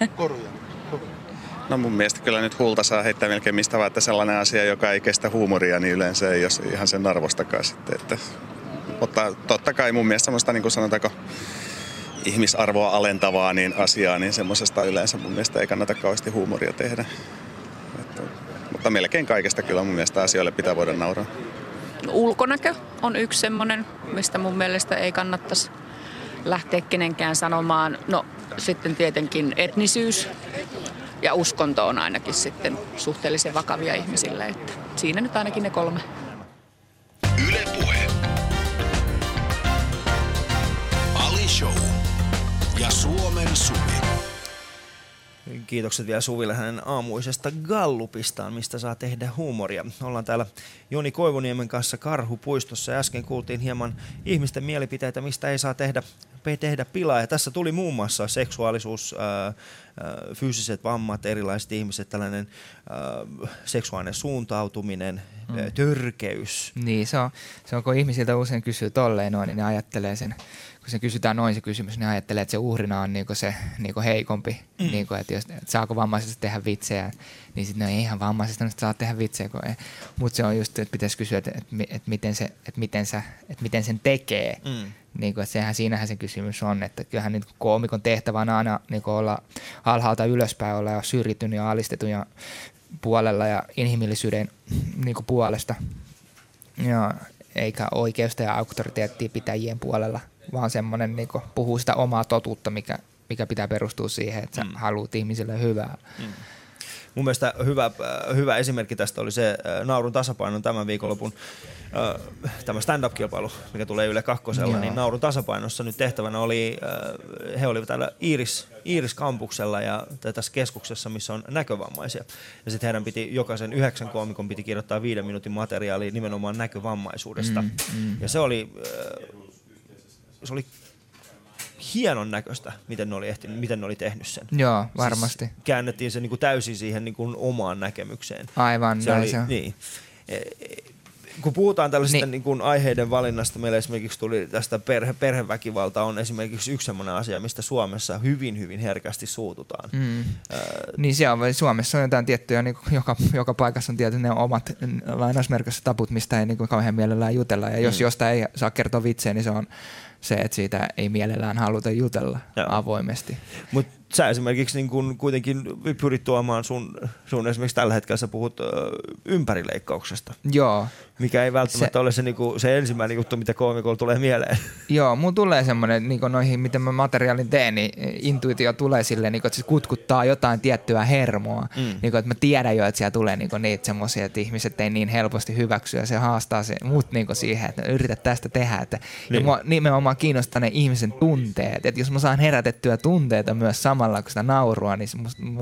No mun mielestä kyllä nyt hulta saa heittää melkein mistä vaan, että sellainen asia, joka ei kestä huumoria, niin yleensä ei ole ihan sen arvostakaan sitten. Mutta totta kai mun mielestä semmoista, niin kuin sanotaanko, ihmisarvoa alentavaa niin asiaa, niin semmoisesta yleensä mun mielestä ei kannata kauheasti huumoria tehdä. Mutta melkein kaikesta kyllä mun mielestä asioille pitää voida nauraa. Ulkonäkö on yksi semmoinen, mistä mun mielestä ei kannattaisi lähteä kenenkään sanomaan. No sitten tietenkin etnisyys ja uskonto on ainakin sitten suhteellisen vakavia ihmisille. Että siinä nyt ainakin ne 3. Yle Puhe. Ali Show ja Suomen Suvi. Kiitokset vielä Suville hänen aamuisesta gallupistaan, mistä saa tehdä huumoria. Ollaan täällä Joni Koivuniemen kanssa Karhupuistossa ja äsken kuultiin hieman ihmisten mielipiteitä, mistä ei saa tehdä pilaa. Ja tässä tuli muun muassa seksuaalisuus, fyysiset vammat, erilaiset ihmiset, tällainen seksuaalinen suuntautuminen, törkeys. Niin, se on kun ihmisiltä usein kysyy tolleen noin, niin ne ajattelee sen, kun se kysytään noin se kysymys, niin ajattelee, että se uhrina on niinku se niinku heikompi, niinku, että saako vammaisesta tehdä vitsejä, niin sitten no eihän vammaisesta saa tehdä vitsejä, mutta se on just, että pitäisi kysyä, että miten sen tekee. Niinku, että siinähän se kysymys on, että kyllähän niin koomikon tehtävä on aina niinku olla alhaalta ylöspäin, olla ja syrjityn ja alistetun ja puolella ja inhimillisyyden niinku puolesta, ja eikä oikeusta ja auktoriteettia pitäjien puolella, vaan semmoinen niinku puhuu sitä omaa totuutta, mikä pitää perustua siihen, että sä haluat ihmisille hyvää. Mun mielestä hyvä esimerkki tästä oli se Naurun tasapainon tämän viikonlopun tämä stand-up-kilpailu, mikä tulee Yle Kakkosella, niin Naurun tasapainossa nyt tehtävänä oli, he olivat täällä Iiris-kampuksella ja tässä keskuksessa, missä on näkövammaisia. Ja sitten heidän piti, jokaisen 9 koomikon piti kirjoittaa 5 minuutin materiaalia nimenomaan näkövammaisuudesta. Ja se oli hienon näköistä, miten ne oli tehnyt sen. Joo, varmasti. Siis käännettiin se niinku täysin siihen niinku omaan näkemykseen. Aivan, se oli, niin. Kun puhutaan tällaisista niinku aiheiden valinnasta, meillä esimerkiksi tuli tästä perheväkivalta on esimerkiksi yksi sellainen asia, mistä Suomessa hyvin, hyvin herkästi suututaan. Niin se on, Suomessa on jotain tiettyjä, niin joka paikassa on tietysti ne omat lainausmerkissä tabut, mistä ei niin kauhean mielellään jutella. Ja jos jostain ei saa kertoa vitsejä, niin se on se, että siitä ei mielellään haluta jutella avoimesti. sä esimerkiksi niin kun kuitenkin pyrit tuomaan sun esimerkiksi tällä hetkellä sä puhut ympärileikkauksesta. Joo. Mikä ei välttämättä ole se ensimmäinen juttu, mitä koomikolla tulee mieleen. Joo, mun tulee semmoinen, niin noihin, miten mä materiaalin teen, niin intuitio tulee silleen, niin että se kutkuttaa jotain tiettyä hermoa. Niin että mä tiedän jo, että siellä tulee niitä semmoisia, että ihmiset ei niin helposti hyväksy ja se haastaa mut niin siihen, että yritä tästä tehdä. Että, ja mua nimenomaan kiinnostaa ne ihmisen tunteet. Että jos mä saan herätettyä tunteita myös samalla kuin sitä naurua, niin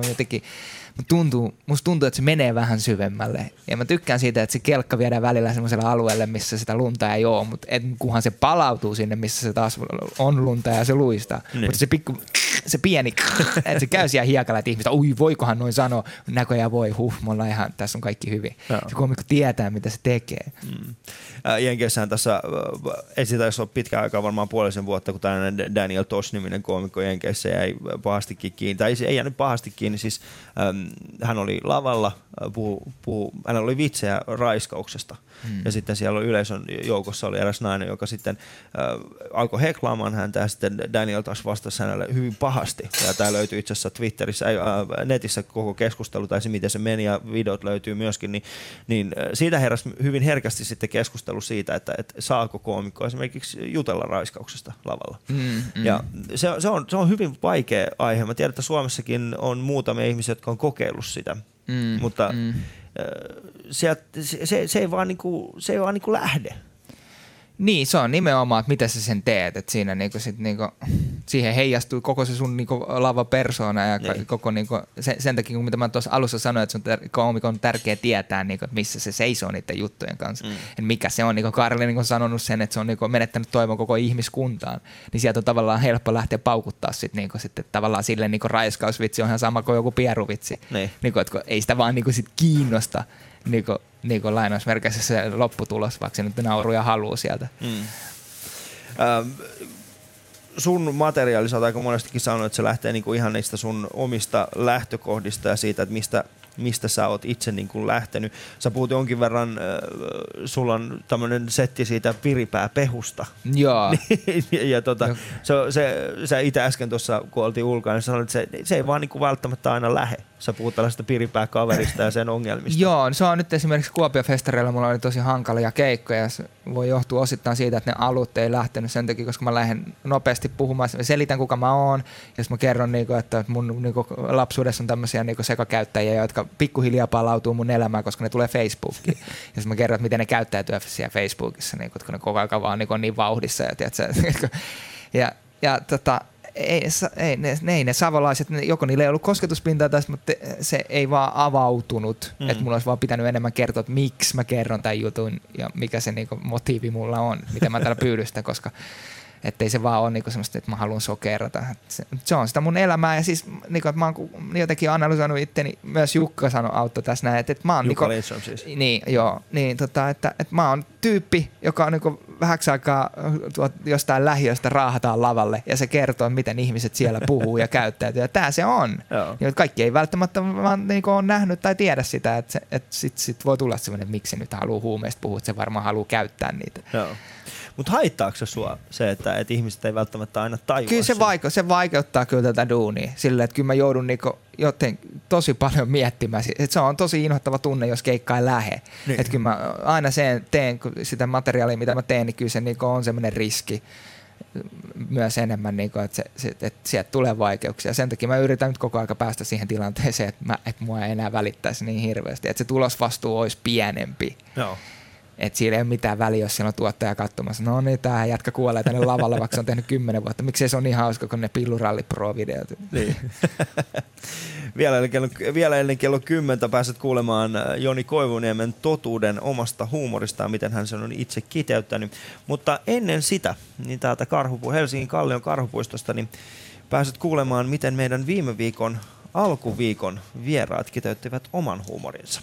musta tuntuu, että se menee vähän syvemmälle. Ja mä tykkään siitä, että se kelkka viedään välillä semmoiselle alueelle, missä sitä lunta ei ole, mutta kunhan se palautuu sinne, missä se taas on lunta ja se luistaa. Mutta se pieni, että se käy siellä hiekalla, että ihmiset, voikohan noin sanoa, näköjään voi, me ollaan ihan, tässä on kaikki hyvin. Se koomikko tietää, mitä se tekee. Jenkeissähän tässä ei sitä jos ole pitkään aikaa, varmaan puolisen vuotta, kun tällainen Daniel Tosh-niminen koomikko Jenkeissä jäi pahastikin kiinni, tai ei jäänyt pahasti kiinni, siis hän oli lavalla, hänellä oli vitsejä raiskauksesta. Ja sitten siellä yleisön joukossa oli eräs nainen, joka sitten alkoi heklaamaan häntä ja sitten Daniel taas vastasi hänelle hyvin pahasti. Ja tämä löytyy itse asiassa Twitterissä, netissä koko keskustelu tai se miten se meni ja videot löytyy myöskin. Niin siitä heräsi hyvin herkästi sitten keskustelu siitä, että saako koomikko esimerkiksi jutella raiskauksesta lavalla. Ja se on hyvin vaikea aihe. Mä tiedän, että Suomessakin on muutamia ihmisiä, jotka on kokeillut sitä. Mutta se ei vaan niinku lähde. Niin, se on nimenomaan, että miten sä sen teet, että siinä siihen heijastuu koko se sun lava persoona ja koko sen takia, kun mitä mä tuossa alussa sanoin, että sun koomikon on tärkeää tietää, että missä se seisoo niiden juttujen kanssa. Että mikä se on, Karli on sanonut sen, että se on menettänyt toivon koko ihmiskuntaan, niin sieltä on tavallaan helppo lähteä paukuttaa sitten tavallaan silleen raiskausvitsi on ihan sama kuin joku pieruvitsi. Että ei sitä vaan sit kiinnosta. Lainausmerkeissä se lopputulos, vaikka se nyt nauruja haluaa sieltä. Sun materiaali, sä oot aika monestikin sanonut, että se lähtee ihan niistä sun omista lähtökohdista ja siitä, että mistä sä oot itse lähtenyt. Sä puhut jonkin verran, sulla on tämmönen setti siitä piripääpehusta. Joo. Ja sä itse äsken tuossa, kun oltiin ulkona, niin sanoit, että se ei vaan välttämättä aina lähe. Sä puhut tällaista piripääkaverista ja sen ongelmista. Joo, se on nyt esimerkiksi Kuopio-festareilla mulla oli tosi hankalia keikkoja ja se voi johtua osittain siitä, että ne alut ei lähtenyt sen takia, koska mä lähden nopeasti puhumaan. Selitän, kuka mä oon, jos mä kerron, että mun lapsuudessa on tämmöisiä sekakäyttäjiä, jotka pikkuhiljaa palautuu mun elämään, koska ne tulee Facebookiin. Ja mä kerron, että miten ne käyttäytyy siellä Facebookissa, kun ne koko ajan vaan on niin vauhdissa. Ei ne savolaiset, joko niillä ei ollut kosketuspintaa tässä, mutta se ei vaan avautunut. Että mulla olisi vaan pitänyt enemmän kertoa, että miksi mä kerron tämän jutun ja mikä se motiivi mulla on, mitä mä täällä pyydystän, koska ettei se vaan ole semmoista, että mä haluan sokerata. Se on sitä mun elämää ja siis että mä oon jotenkin analysoinut itteni, myös Jukka auttoi tässä näin, että mä oon Jukka Lindström siis. Että mä oon tyyppi, joka on vähäksi aikaa jostain lähiöstä raahataan lavalle ja se kertoo, miten ihmiset siellä puhuu ja käyttäytyy. Ja tää se on. Ja kaikki ei välttämättä vaan ole nähnyt tai tiedä sitä, että sit voi tulla semmoinen, miksi se nyt haluaa huumeista puhua, että se varmaan haluaa käyttää niitä. Joo. Mutta haittaako se sua se, että ihmiset ei välttämättä aina tajua? Kyllä se vaikeuttaa kyllä tätä duunia. Silleen, että kyllä mä joudun tosi paljon miettimään. Että se on tosi inhottava tunne, jos keikka ei lähe. Niin. Että kyllä mä aina sen teen, sitä materiaalia, mitä mä teen, niin kyllä se on semmoinen riski myös enemmän, että sieltä tulee vaikeuksia. Sen takia mä yritän nyt koko ajan päästä siihen tilanteeseen, että mua ei enää välittäisi niin hirveästi. Että se tulosvastuu olisi pienempi. Joo. Että siinä ei ole mitään väliä, jos siellä on tuottaja katsomassa. No niin, tämähän jätkä kuolee tänne lavalle, vaikka se on tehnyt 10 vuotta. Miksei se on niin hauska kuin ne Pilluralli Pro-videot? Niin. Vielä ennen kello 10 pääset kuulemaan Joni Koivuniemen totuuden omasta huumoristaan, miten hän sen on itse kiteyttänyt. Mutta ennen sitä, niin täältä Helsingin Kallion Karhupuistosta, niin pääset kuulemaan, miten meidän viime viikon, alkuviikon vieraat kiteyttivät oman huumorinsa.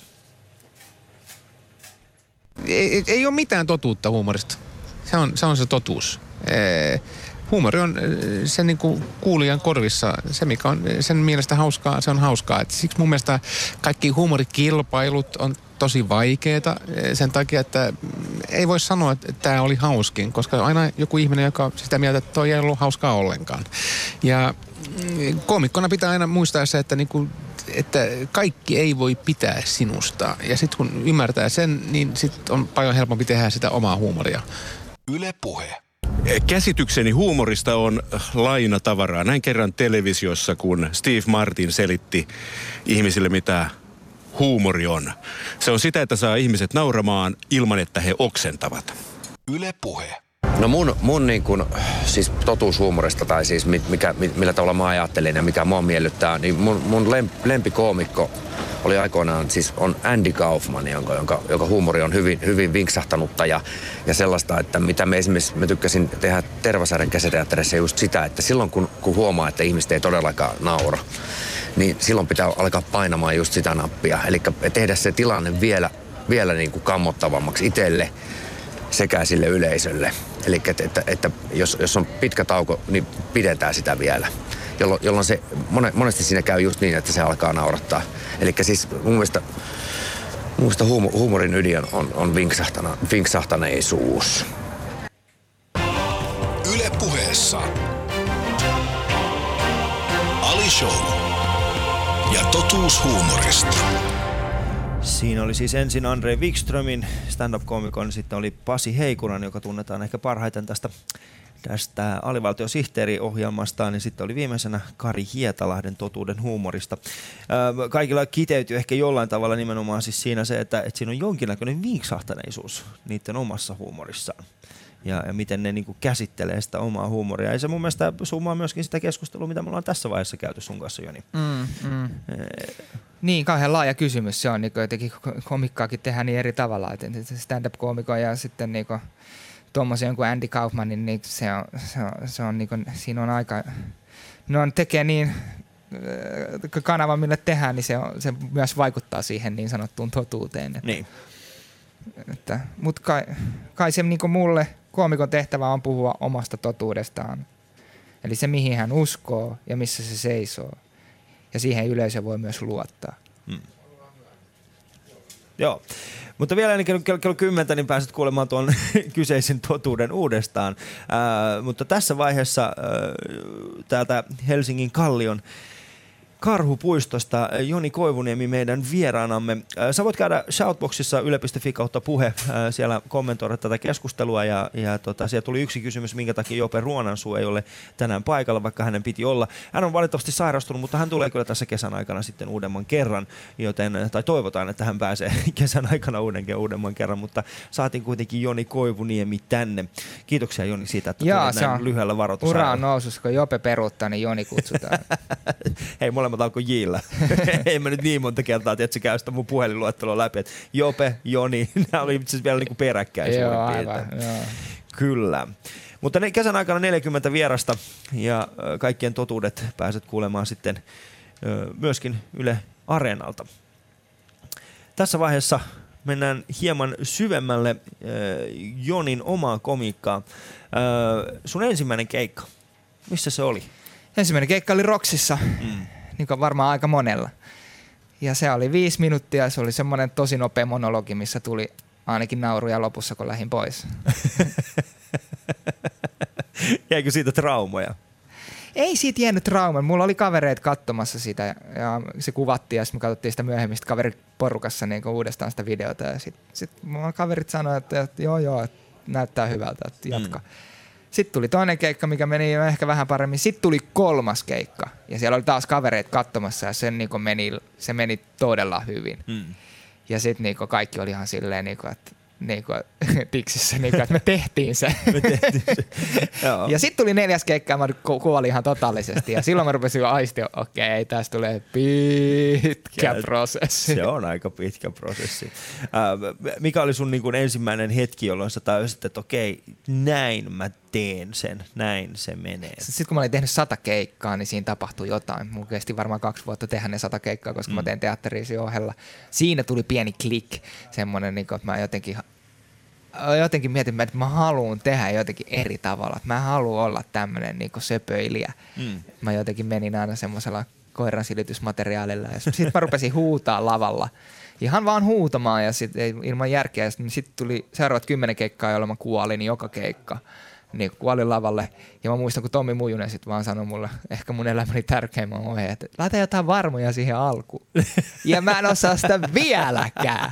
Ei ole mitään totuutta huumorista. Se on se totuus. Huumori on sen niin kuin kuulijan korvissa. Se, mikä on sen mielestä hauskaa, se on hauskaa. Et siksi mun mielestä kaikki huumorikilpailut on tosi vaikeita sen takia, että ei voi sanoa, että tämä oli hauskin, koska aina joku ihminen, joka sitä mieltä, että toi ei ollut hauskaa ollenkaan. Ja koomikkona pitää aina muistaa se, että, niinku, että kaikki ei voi pitää sinusta. Ja sitten kun ymmärtää sen, niin sit on paljon helpompi tehdä sitä omaa huumoria. Yle Puhe. Käsitykseni huumorista on lainatavaraa. Näin kerran televisiossa, kun Steve Martin selitti ihmisille, mitä huumori on. Se on sitä, että saa ihmiset nauramaan ilman, että he oksentavat. Yle Puhe. No mun niin kun, siis totuushuumorista tai siis millä tavalla mä ajattelen ja mikä mua miellyttää, niin mun lempikoomikko oli aikoinaan, siis on Andy Kaufman, jonka huumori on hyvin vinksahtanutta ja sellaista, että mitä mä tykkäsin tehdä Tervasaaren käsiteatterissa just sitä, että silloin kun huomaa, että ihmiset ei todellakaan naura, niin silloin pitää alkaa painamaan just sitä nappia. Eli tehdä se tilanne vielä niin kuin kammottavammaksi itselle sekä sille yleisölle. Eli että jos on pitkä tauko, niin pidetään sitä vielä. Jolloin se monesti siinä käy just niin, että se alkaa naurattaa. Eli siis mun mielestä huumorin ydin on vinksahtaneisuus. Yle Puheessa Ali Show ja totuus huumorista. Siinä oli siis ensin Andre Wikströmin stand-up-koomikon, sitten oli Pasi Heikunan, joka tunnetaan ehkä parhaiten tästä alivaltiosihteeriohjelmastaan, niin sitten oli viimeisenä Kari Hietalahden totuuden huumorista. Kaikilla kiteytyy ehkä jollain tavalla nimenomaan siis siinä se, että siinä on jonkinnäköinen vinksahtaneisuus niiden omassa huumorissaan. Ja miten ne niinku käsittelee sitä omaa huumoria. Ja se mun mielestä summaa myöskin sitä keskustelua, mitä me ollaan tässä vaiheessa käyty sun kanssa, Joni. Niin, kauhean laaja kysymys se on. Niin jotenkin komikkaakin tehdään niin eri tavalla. Stand-up-koomikon ja sitten niin tuommoisen jonkun Andy Kaufmanin, niin se on niin kuin, siinä on aika... No tekee niin... kanava, millä tehdään, niin se myös vaikuttaa siihen niin sanottuun totuuteen. Niin. Mutta kai se niin kuin mulle koomikon tehtävä on puhua omasta totuudestaan. Eli se, mihin hän uskoo ja missä se seisoo. Ja siihen yleisö voi myös luottaa. Joo. Mutta vielä ennen kello 10 niin pääset kuulemaan tuon kyseisen totuuden uudestaan. Mutta tässä vaiheessa täältä Helsingin Kallion Karhupuistosta Joni Koivuniemi meidän vieraanamme. Sä voit käydä Shoutboxissa yle.fi/puhe siellä kommentoida tätä keskustelua ja siellä tuli yksi kysymys, minkä takia Jope Ruonansuu ei ole tänään paikalla, vaikka hänen piti olla. Hän on valitettavasti sairastunut, mutta hän tulee kyllä tässä kesän aikana sitten uudemman kerran, tai toivotaan, että hän pääsee kesän aikana uudemman kerran, mutta saatiin kuitenkin Joni Koivuniemi tänne. Kiitoksia Joni siitä, että tulit näin lyhyellä varoitusajalla. Ura on nousussa, kun Jope peruuttaa, niin Joni kutsutaan. Hei, molemmat alkoi Jillä. Ei mä nyt niin monta kertaa, että se käy sitä mun puhelinluetteloa läpi, että Jope, Joni, nämä oli itse asiassa vielä niin kuin peräkkäin. Joo, aivan. Joo. Kyllä. Mutta kesän aikana 40 vierasta ja kaikkien totuudet pääset kuulemaan sitten myöskin Yle Areenalta. Tässä vaiheessa mennään hieman syvemmälle Jonin omaa komiikkaa. Sun ensimmäinen keikka, missä se oli? Ensimmäinen keikka oli Roksissa, niin kuin varmaan aika monella. Ja se oli 5 minuuttia, se oli semmoinen tosi nopea monologi, missä tuli ainakin nauruja lopussa, kun lähdin pois. Jäikö siitä traumoja? Ei siitä jäänyt trauma. Mulla oli kavereita katsomassa sitä ja se kuvattiin ja sitten me katsottiin sitä myöhemmin kaveriporukassa niin uudestaan sitä videota. Ja sit kaverit sanoivat, että joo, että näyttää hyvältä, että jatka. Sitten tuli toinen keikka, mikä meni ehkä vähän paremmin. Sitten tuli 3. keikka ja siellä oli taas kavereita katsomassa ja se meni todella hyvin. Ja sitten niinku kaikki oli ihan silleen, että tiksissä, että me tehtiin se. Ja sitten tuli 4. keikka ja mä kuolin ihan totaalisesti. Ja silloin mä rupesin aistia, okei, tästä tulee pitkä prosessi. Se on aika pitkä prosessi. Mikä oli sun niin kuin ensimmäinen hetki, jolloin sä tajusit, että okei, näin mä teen sen, näin se menee? Sitten kun mä olin tehnyt 100 keikkaa, niin siinä tapahtui jotain. Mun kesti varmaan 2 vuotta tehdä ne 100 keikkaa, koska mä teen teatteria siinä ohella. Siinä tuli pieni klik, semmoinen, että mä jotenkin mietin, että mä haluan tehdä jotenkin eri tavalla. Mä haluan olla tämmöinen niin söpöilijä. Mä jotenkin menin aina semmoisella koiran silitysmateriaalilla ja sitten mä rupesin huutaa lavalla. Ihan vaan huutamaan ja sitten ilman järkeä. Sitten tuli seuraavat 10 keikkaa, jolloin mä kuolin joka keikka. niin kuolin lavalle. Ja mä muistan, kun Tommi Mujunen sitten vaan sanoi mulle, ehkä mun elämäni tärkeimmän ohje, että laita jotain varmoja siihen alkuun. Ja mä en osaa sitä vieläkään.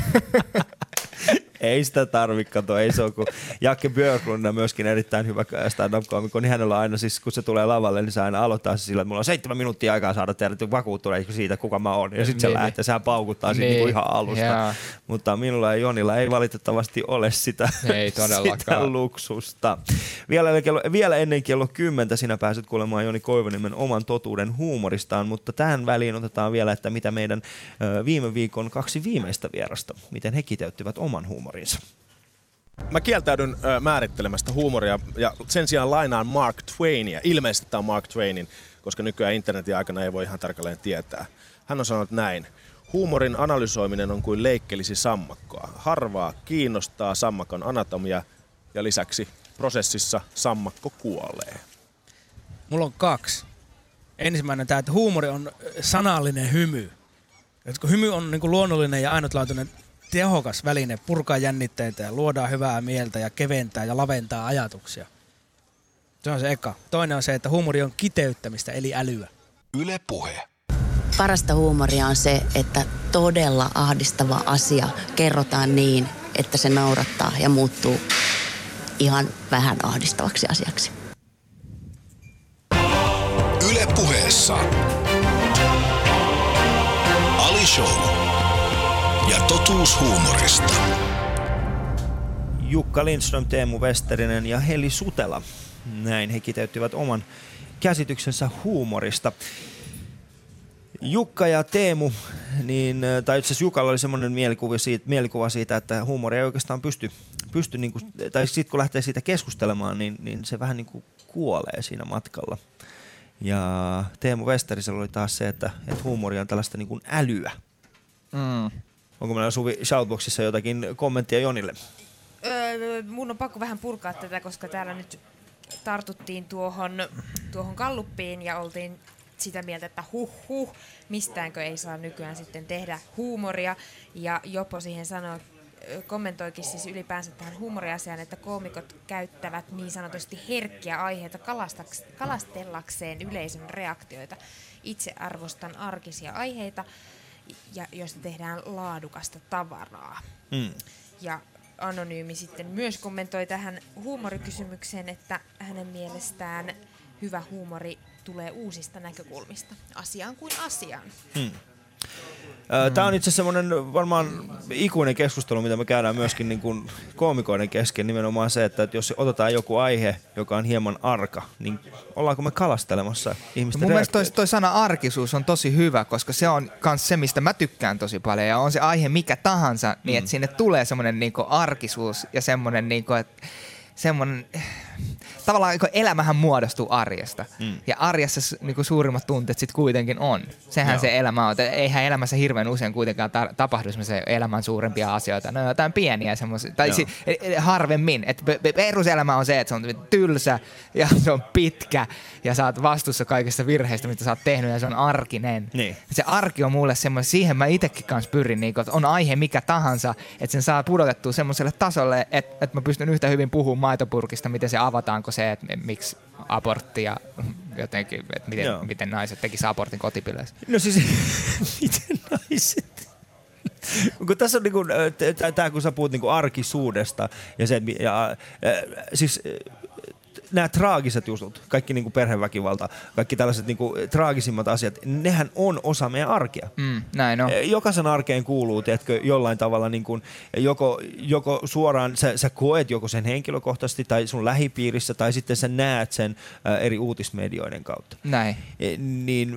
Ei sitä tarvitse katsoa, ei se ole kuin Jakke Björklund on myöskin erittäin hyvä stand-up-koomikko, niin hänellä on aina siis, kun se tulee lavalle, niin se aina aloittaa se sillä, että mulla on 7 minuuttia aikaa saada tehdä vakuuttuneita siitä, kuka mä oon. Ja sitten se lähtee, sehän paukuttaa siitä niin ihan alusta. Yeah. Mutta minulla ja Jonilla ei valitettavasti ole sitä, sitä luksusta. Vielä ennen kello 10 sinä pääset kuulemaan Joni Koivuniemen oman totuuden huumoristaan, mutta tähän väliin otetaan vielä, että mitä meidän viime viikon 2 viimeistä vierasta, miten he kiteyttivät oman huumorinsa. Mä kieltäydyn määrittelemästä huumoria ja sen sijaan lainaan Mark Twainia. Ilmeisesti tämä on Mark Twainin, koska nykyään internetin aikana ei voi ihan tarkalleen tietää. Hän on sanonut näin. Huumorin analysoiminen on kuin leikkelisi sammakkoa. Harvaa kiinnostaa sammakon anatomia ja lisäksi prosessissa sammakko kuolee. Mulla on 2. Ensimmäinen tämä, että huumori on sanallinen hymy. Et kun hymy on niin kuin luonnollinen ja ainutlaatuinen tehokas väline purkaa jännitteitä ja luodaan hyvää mieltä ja keventää ja laventaa ajatuksia. Se on se eka. Toinen on se, että huumori on kiteyttämistä eli älyä. Yle Puhe. Parasta huumoria on se, että todella ahdistava asia kerrotaan niin, että se naurattaa ja muuttuu ihan vähän ahdistavaksi asiaksi. Yle Puheessa Ali Show. Ja totuus huumorista. Jukka Lindström, Teemu Westerinen ja Heli Sutela. Näin he kiteyttivät oman käsityksensä huumorista. Jukka ja Teemu, tai itse asiassa Jukalla oli semmoinen mielikuva siitä, että huumori ei oikeastaan pysty niin kuin, tai sitten kun lähtee siitä keskustelemaan, niin se vähän niin kuin kuolee siinä matkalla. Ja Teemu Westerisellä oli taas se, että huumori on tällaista niin kuin älyä. Onko meillä Suvi Shoutboxissa jotakin kommenttia Jonille? Mun on pakko vähän purkaa tätä, koska täällä nyt tartuttiin tuohon galluppiin ja oltiin sitä mieltä, että mistäänkö ei saa nykyään sitten tehdä huumoria. Ja Jopo siihen kommentoikin siis ylipäänsä tähän huumoriasiaan, että koomikot käyttävät niin sanotusti herkkiä aiheita kalastellakseen yleisön reaktioita. Itse arvostan arkisia aiheita, joista tehdään laadukasta tavaraa. Ja Anonyymi sitten myös kommentoi tähän huumorikysymykseen, että hänen mielestään hyvä huumori tulee uusista näkökulmista, asiaan kuin asiaan. Tämä on itse asiassa semmoinen varmaan ikuinen keskustelu, mitä me käydään myöskin niin kuin koomikoiden kesken, nimenomaan se, että jos otetaan joku aihe, joka on hieman arka, niin ollaanko me kalastelemassa ihmisten mun mielestä toi sana arkisuus on tosi hyvä, koska se on myös se, mistä mä tykkään tosi paljon, ja on se aihe mikä tahansa, niin että sinne tulee semmoinen niinku arkisuus ja semmoinen niinku, että semmoinen, tavallaan elämähän muodostuu arjesta. Ja arjessa niin suurimmat tunteet sitten kuitenkin on. Sehän se elämä on. Eihän elämässä hirveän usein kuitenkaan tapahdu semmoisia elämän suurempia asioita. Ne on jotain pieniä semmoisia. Tai harvemmin. Peruselämä on se, että se on tylsä ja se on pitkä ja sä oot vastuussa kaikista virheistä, mitä sä oot tehnyt, ja se on arkinen. Niin. Se arki on mulle semmoinen, siihen mä itsekin kanssa pyrin, niin, että on aihe mikä tahansa, että sen saa pudotettua semmoiselle tasolle, että mä pystyn yhtä hyvin puhumaan maitopurkista, miten se avataanko se, että miksi abortti ja jotenkin, että miten naiset tekisivät abortin kotipileissä. No siis, miten naiset? Kun tässä on niinku, tää kun sä puhut niinku arkisuudesta ja se, siis nämä traagiset jutut, kaikki niinku perheväkivalta, kaikki tällaiset niinku traagisimmat asiat, nehän on osa meidän arkea. Näin on. Jokaisen arkeen kuuluu, tiedätkö, jollain tavalla niinku, joko suoraan sä koet joko sen henkilökohtaisesti tai sun lähipiirissä, tai sitten sä näet sen eri uutismedioiden kautta. Näin. Niin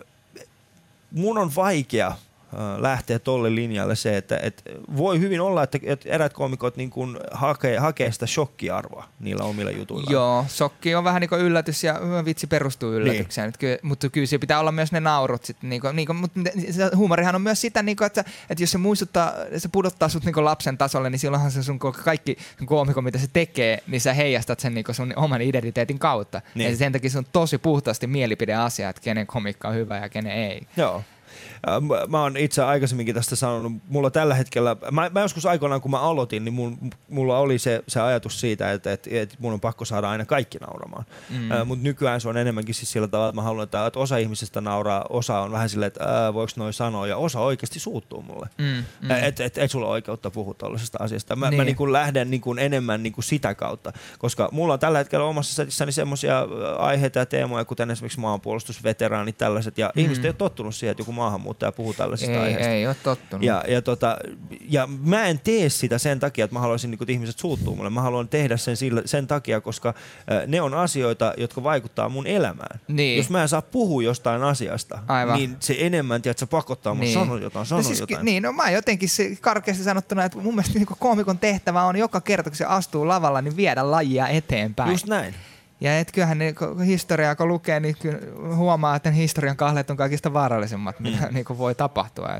mun on vaikea lähteä tolle linjalle se, että voi hyvin olla, että eräät koomikot niin kuin hakee sitä shokkiarvoa niillä omilla jutuilla. Joo, shokki on vähän niin kuin yllätys ja vitsi perustuu yllätykseen, niin. Mutta kyllä se pitää olla myös ne naurut. Mutta huumorihan on myös sitä, että jos se muistuttaa, se pudottaa sut niin lapsen tasolle, niin silloinhan se sun kaikki koomikko, mitä se tekee, niin sä heijastat sen niin sun oman identiteetin kautta. Niin. Ja sen takia se on tosi puhtaasti mielipideasia, että kenen komikka on hyvä ja kenen ei. Joo. Mä oon itse aikaisemminkin tästä sanonut, mulla tällä hetkellä, mä joskus aikoinaan kun mä aloitin, niin mulla oli se ajatus siitä, että mun on pakko saada aina kaikki nauramaan. Mutta nykyään se on enemmänkin siis sillä tavalla, että mä haluan, että osa ihmisistä nauraa, osa on vähän silleen, että voiko noin sanoa, ja osa oikeasti suuttuu mulle. Että et sulla ole oikeutta puhua tällaisesta asiasta. Mä niin kuin lähden niin kuin enemmän niin kuin sitä kautta, koska mulla on tällä hetkellä omassa setissäni semmoisia aiheita ja teemoja, kuten esimerkiksi maanpuolustusveteraanit tällaiset, ja ihmiset ei ole tottunut siihen, että joku maahanmuuttaja puhuu tällaisista aiheista. Ei ole tottunut. Ja mä en tee sitä sen takia, että mä haluaisin, että ihmiset suuttuu mulle. Mä haluan tehdä sen takia, koska ne on asioita, jotka vaikuttaa mun elämään. Niin. Jos mä en saa puhua jostain asiasta, niin se enemmän, tiedät, se pakottaa mun sanoa jotain. Niin, no mä jotenkin karkeasti sanottuna, että mun mielestä niin koomikon tehtävä on joka kerta, kun se astuu lavalla, niin viedä lajia eteenpäin. Just näin. Ja kyllähän historiaa, kun lukee, niin huomaa, että historian kahleet on kaikista vaarallisemmat, mitä niin voi tapahtua.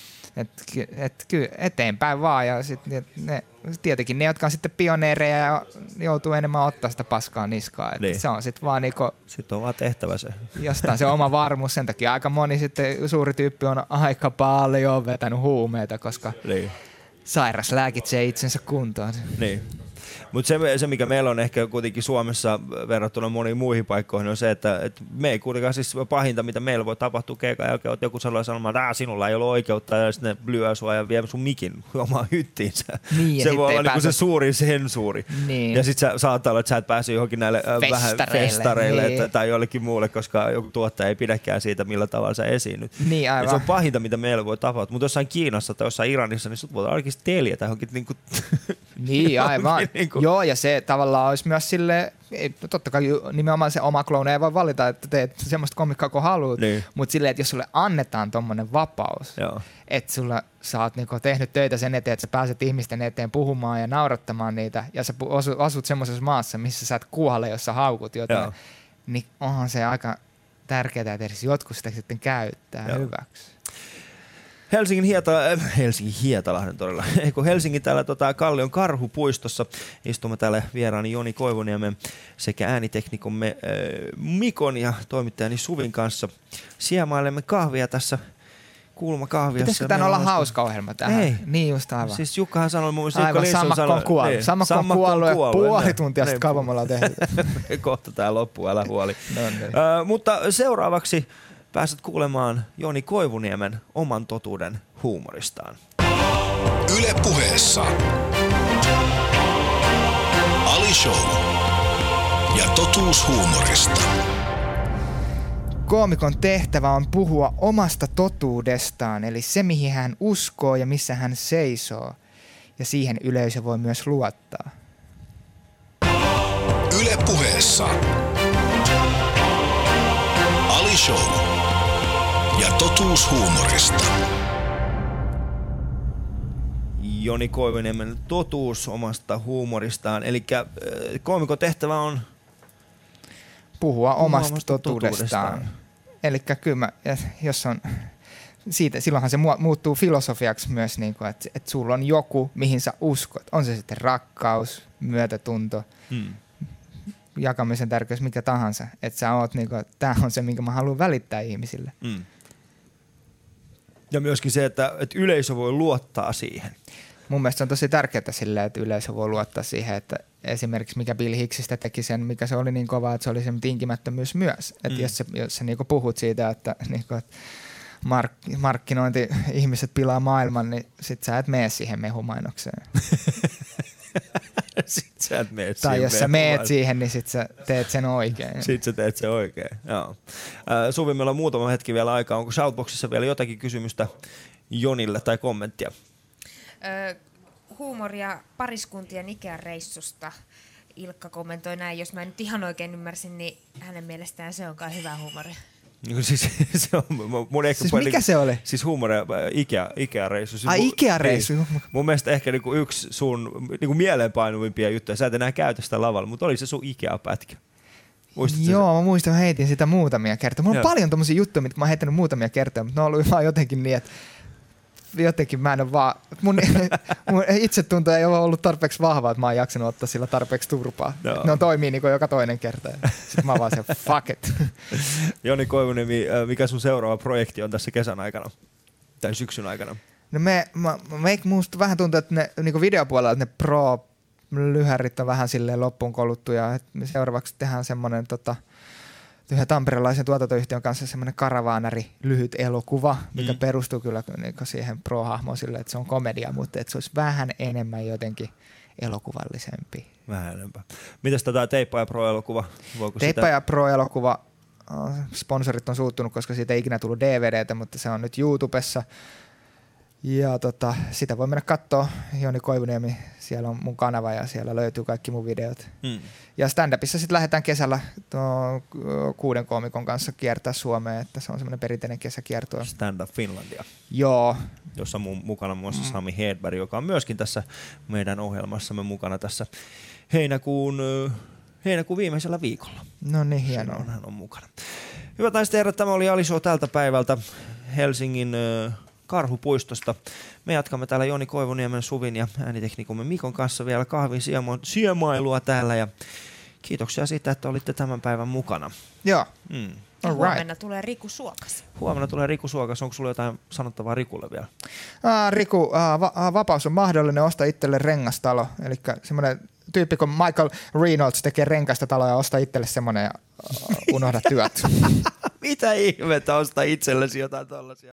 Kyllä eteenpäin vaan. Ja tietenkin ne, jotka on sitten pioneereja, joutuu enemmän ottaa sitä paskaa niskaa. Niin. Se on sitten vaan sitten on vaan tehtävä se. Jostain se oma varmuus. Sen takia aika moni sitten suuri tyyppi on aika paljon vetänyt huumeita, koska sairas lääkitsee itsensä kuntoon. Niin. Mutta se, mikä meillä on ehkä kuitenkin Suomessa verrattuna moniin muihin paikkoihin, on se, että me ei kuitenkaan siis pahinta, mitä meillä voi tapahtua keikan jälkeen, että joku sanoo sanomaan, että sinulla ei ole oikeutta, ja sitten ne lyö sua ja vie sun mikin omaan hyttiinsä. Niin, se voi olla niinku se suurin sensuuri. Niin. Ja sitten saattaa olla, että sä et pääse johonkin näille vähän festareille niin. Tai jollekin muulle, koska joku tuottaja ei pidäkään siitä, millä tavalla sä esiinnyt. Niin, aivan. Se on pahinta, mitä meillä voi tapahtua. Mutta jossain Kiinassa tai jossain Iranissa, niin sut voi ainakin teljetä johonkin niinku... Niin, aivan. Joo, ja se tavallaan olisi myös silleen, totta kai nimenomaan se oma kloone ei voi valita, että teet semmoista komikkaa kuin haluat, mutta silleen, että jos sulle annetaan tommonen vapaus, että sä oot niinku tehnyt töitä sen eteen, että sä pääset ihmisten eteen puhumaan ja naurattamaan niitä, ja sä asut semmoisessa maassa, missä sä et kuole, jos sä haukut jotain, niin onhan se aika tärkeää, että edes jotkut sitä sitten käyttää hyväksi. Helsingin Hietalahden todella. Helsingin täällä Kallion Karhupuistossa istumme täällä vieraani Joni Koivuniemen sekä ääniteknikomme Mikon ja toimittajani Suvin kanssa. Siemailemme kahvia tässä kulmakahviassa. Pitäisikö tämän olla hauska ohjelma tähän? Ei. Niin just aivan. Siis Jukkahan sanoi mun mielestä. Aivan, Sammakko on kuollut. Niin. Sammakko on kuollut ja puoli tuntia sitten kauan me ollaan tehty. Kohta tää loppuu, älä huoli. Mutta seuraavaksi pääset kuulemaan Joni Koivuniemen oman totuuden huumoristaan. Yle Puheessa Ali Show ja totuus huumorista. Koomikon tehtävä on puhua omasta totuudestaan, eli se mihin hän uskoo ja missä hän seisoo. Ja siihen yleisö voi myös luottaa. Yle Puheessa Ali Show ja totuus huumorista. Joni Koivuniemen totuus omasta huumoristaan. Eli koomikon tehtävä on puhua omasta totuudestaan. Eli kyllä, jos on siitä, silloinhan se muuttuu filosofiaksi myös, niin kuin, että sulla on joku, mihin sä uskot. On se sitten rakkaus, myötätunto, jakamisen tärkeys, mikä tahansa. Että sä oot niin kuin, tää on se, minkä mä haluan välittää ihmisille. Ja myöskin se, että yleisö voi luottaa siihen. Mun mielestä on tosi tärkeää sillä, että yleisö voi luottaa siihen, että esimerkiksi mikä Bill Hicksistä teki sen, mikä se oli niin kova, että se oli se tinkimättömyys myös. Että jos sä niinku puhut siitä, että niinku, markkinointi ihmiset pilaa maailman, niin sit sä et mene siihen mehumainokseen. Sit sä et mene tai jos sä meet siihen, niin sit sä teet sen oikein. Sit sä teet sen oikein, joo. Suvi, meillä on muutama hetki vielä aikaa. Onko Shoutboxissa vielä jotakin kysymystä Jonille tai kommenttia? Huumoria pariskuntien Ikea-reissusta. Ilkka kommentoi näin, jos mä nyt ihan oikein ymmärsin, niin hänen mielestään se onkaan hyvä huumoria. No siis se on mun ehkä siis mikä se oli? Siis huumoria Ikea-reissu. Siis Ikea-reissu. Mun mielestä ehkä niinku yksi sun niinku mieleenpainuvimpia juttuja. Sä et enää käytä sitä lavalla, mutta oli se sun Ikea-pätkä. Muistatko joo, mä muistan, heitin sitä muutamia kertoja. Mulla on paljon tommosia juttuja, mitkä mä oon heittänyt muutamia kertoja, mutta ne on ollut vaan jotenkin niin, että jotenkin mä en ole vaan, mun itsetunto ei ole ollut tarpeeksi vahvaa, että mä oon jaksanut ottaa sillä tarpeeksi turpaa. No. Ne on toimii niin kuin joka toinen kerta. Sitten mä oon vaan se fuck it. Joni Koivuniemi, mikä sun seuraava projekti on tässä kesän aikana? Tai syksyn aikana? No musta vähän tuntuu, että ne niin videopuolella, että ne pro-lyhärit on vähän silleen loppuun koluttu ja että me seuraavaksi tehdään semmoinen yhden tamperelaisen tuotantoyhtiön kanssa semmoinen karavaanari lyhyt elokuva, mikä perustuu kyllä niin siihen pro-hahmoon silleen, että se on komedia, mutta että se olisi vähän enemmän jotenkin elokuvallisempi. Vähän enemmän. Mitäs tätä Teippa ja Pro-elokuva? Teippa ja Pro-elokuva, sponsorit on suuttunut, koska siitä ei ikinä tullut DVDtä, mutta se on nyt YouTubessa. Ja sitä voi mennä katsoa. Joni Koivuniemi, siellä on mun kanava ja siellä löytyy kaikki mun videot. Ja stand-upissa sitten lähdetään kesällä 6 koomikon kanssa kiertää Suomeen, että se on semmoinen perinteinen kesäkiertue. Stand Up Finlandia. Joo. Jossa mukana muun muassa Sami Hedberg, joka on myöskin tässä meidän ohjelmassamme mukana tässä heinäkuun viimeisellä viikolla. No niin, hienoa. Hän on mukana. Hyvät naiset ja herrat, tämä oli Ali Show tältä päivältä Helsingin Karhupuistosta. Me jatkamme täällä Joni Koivuniemen, Suvin ja ääniteknikumme Mikon kanssa vielä kahvin siemailua täällä ja kiitoksia siitä, että olitte tämän päivän mukana. Joo. Huomenna tulee Riku Suokas. Huomenna tulee Riku Suokas. Onko sulla jotain sanottavaa Rikulle vielä? Riku, vapaus on mahdollinen, osta itselle rengastalo. Eli semmoinen tyyppi, kun Michael Reynolds tekee renkasta taloa ja osta itselle semmoinen ja unohda työt. Mitä ihmettä, osta itsellesi jotain tollasia?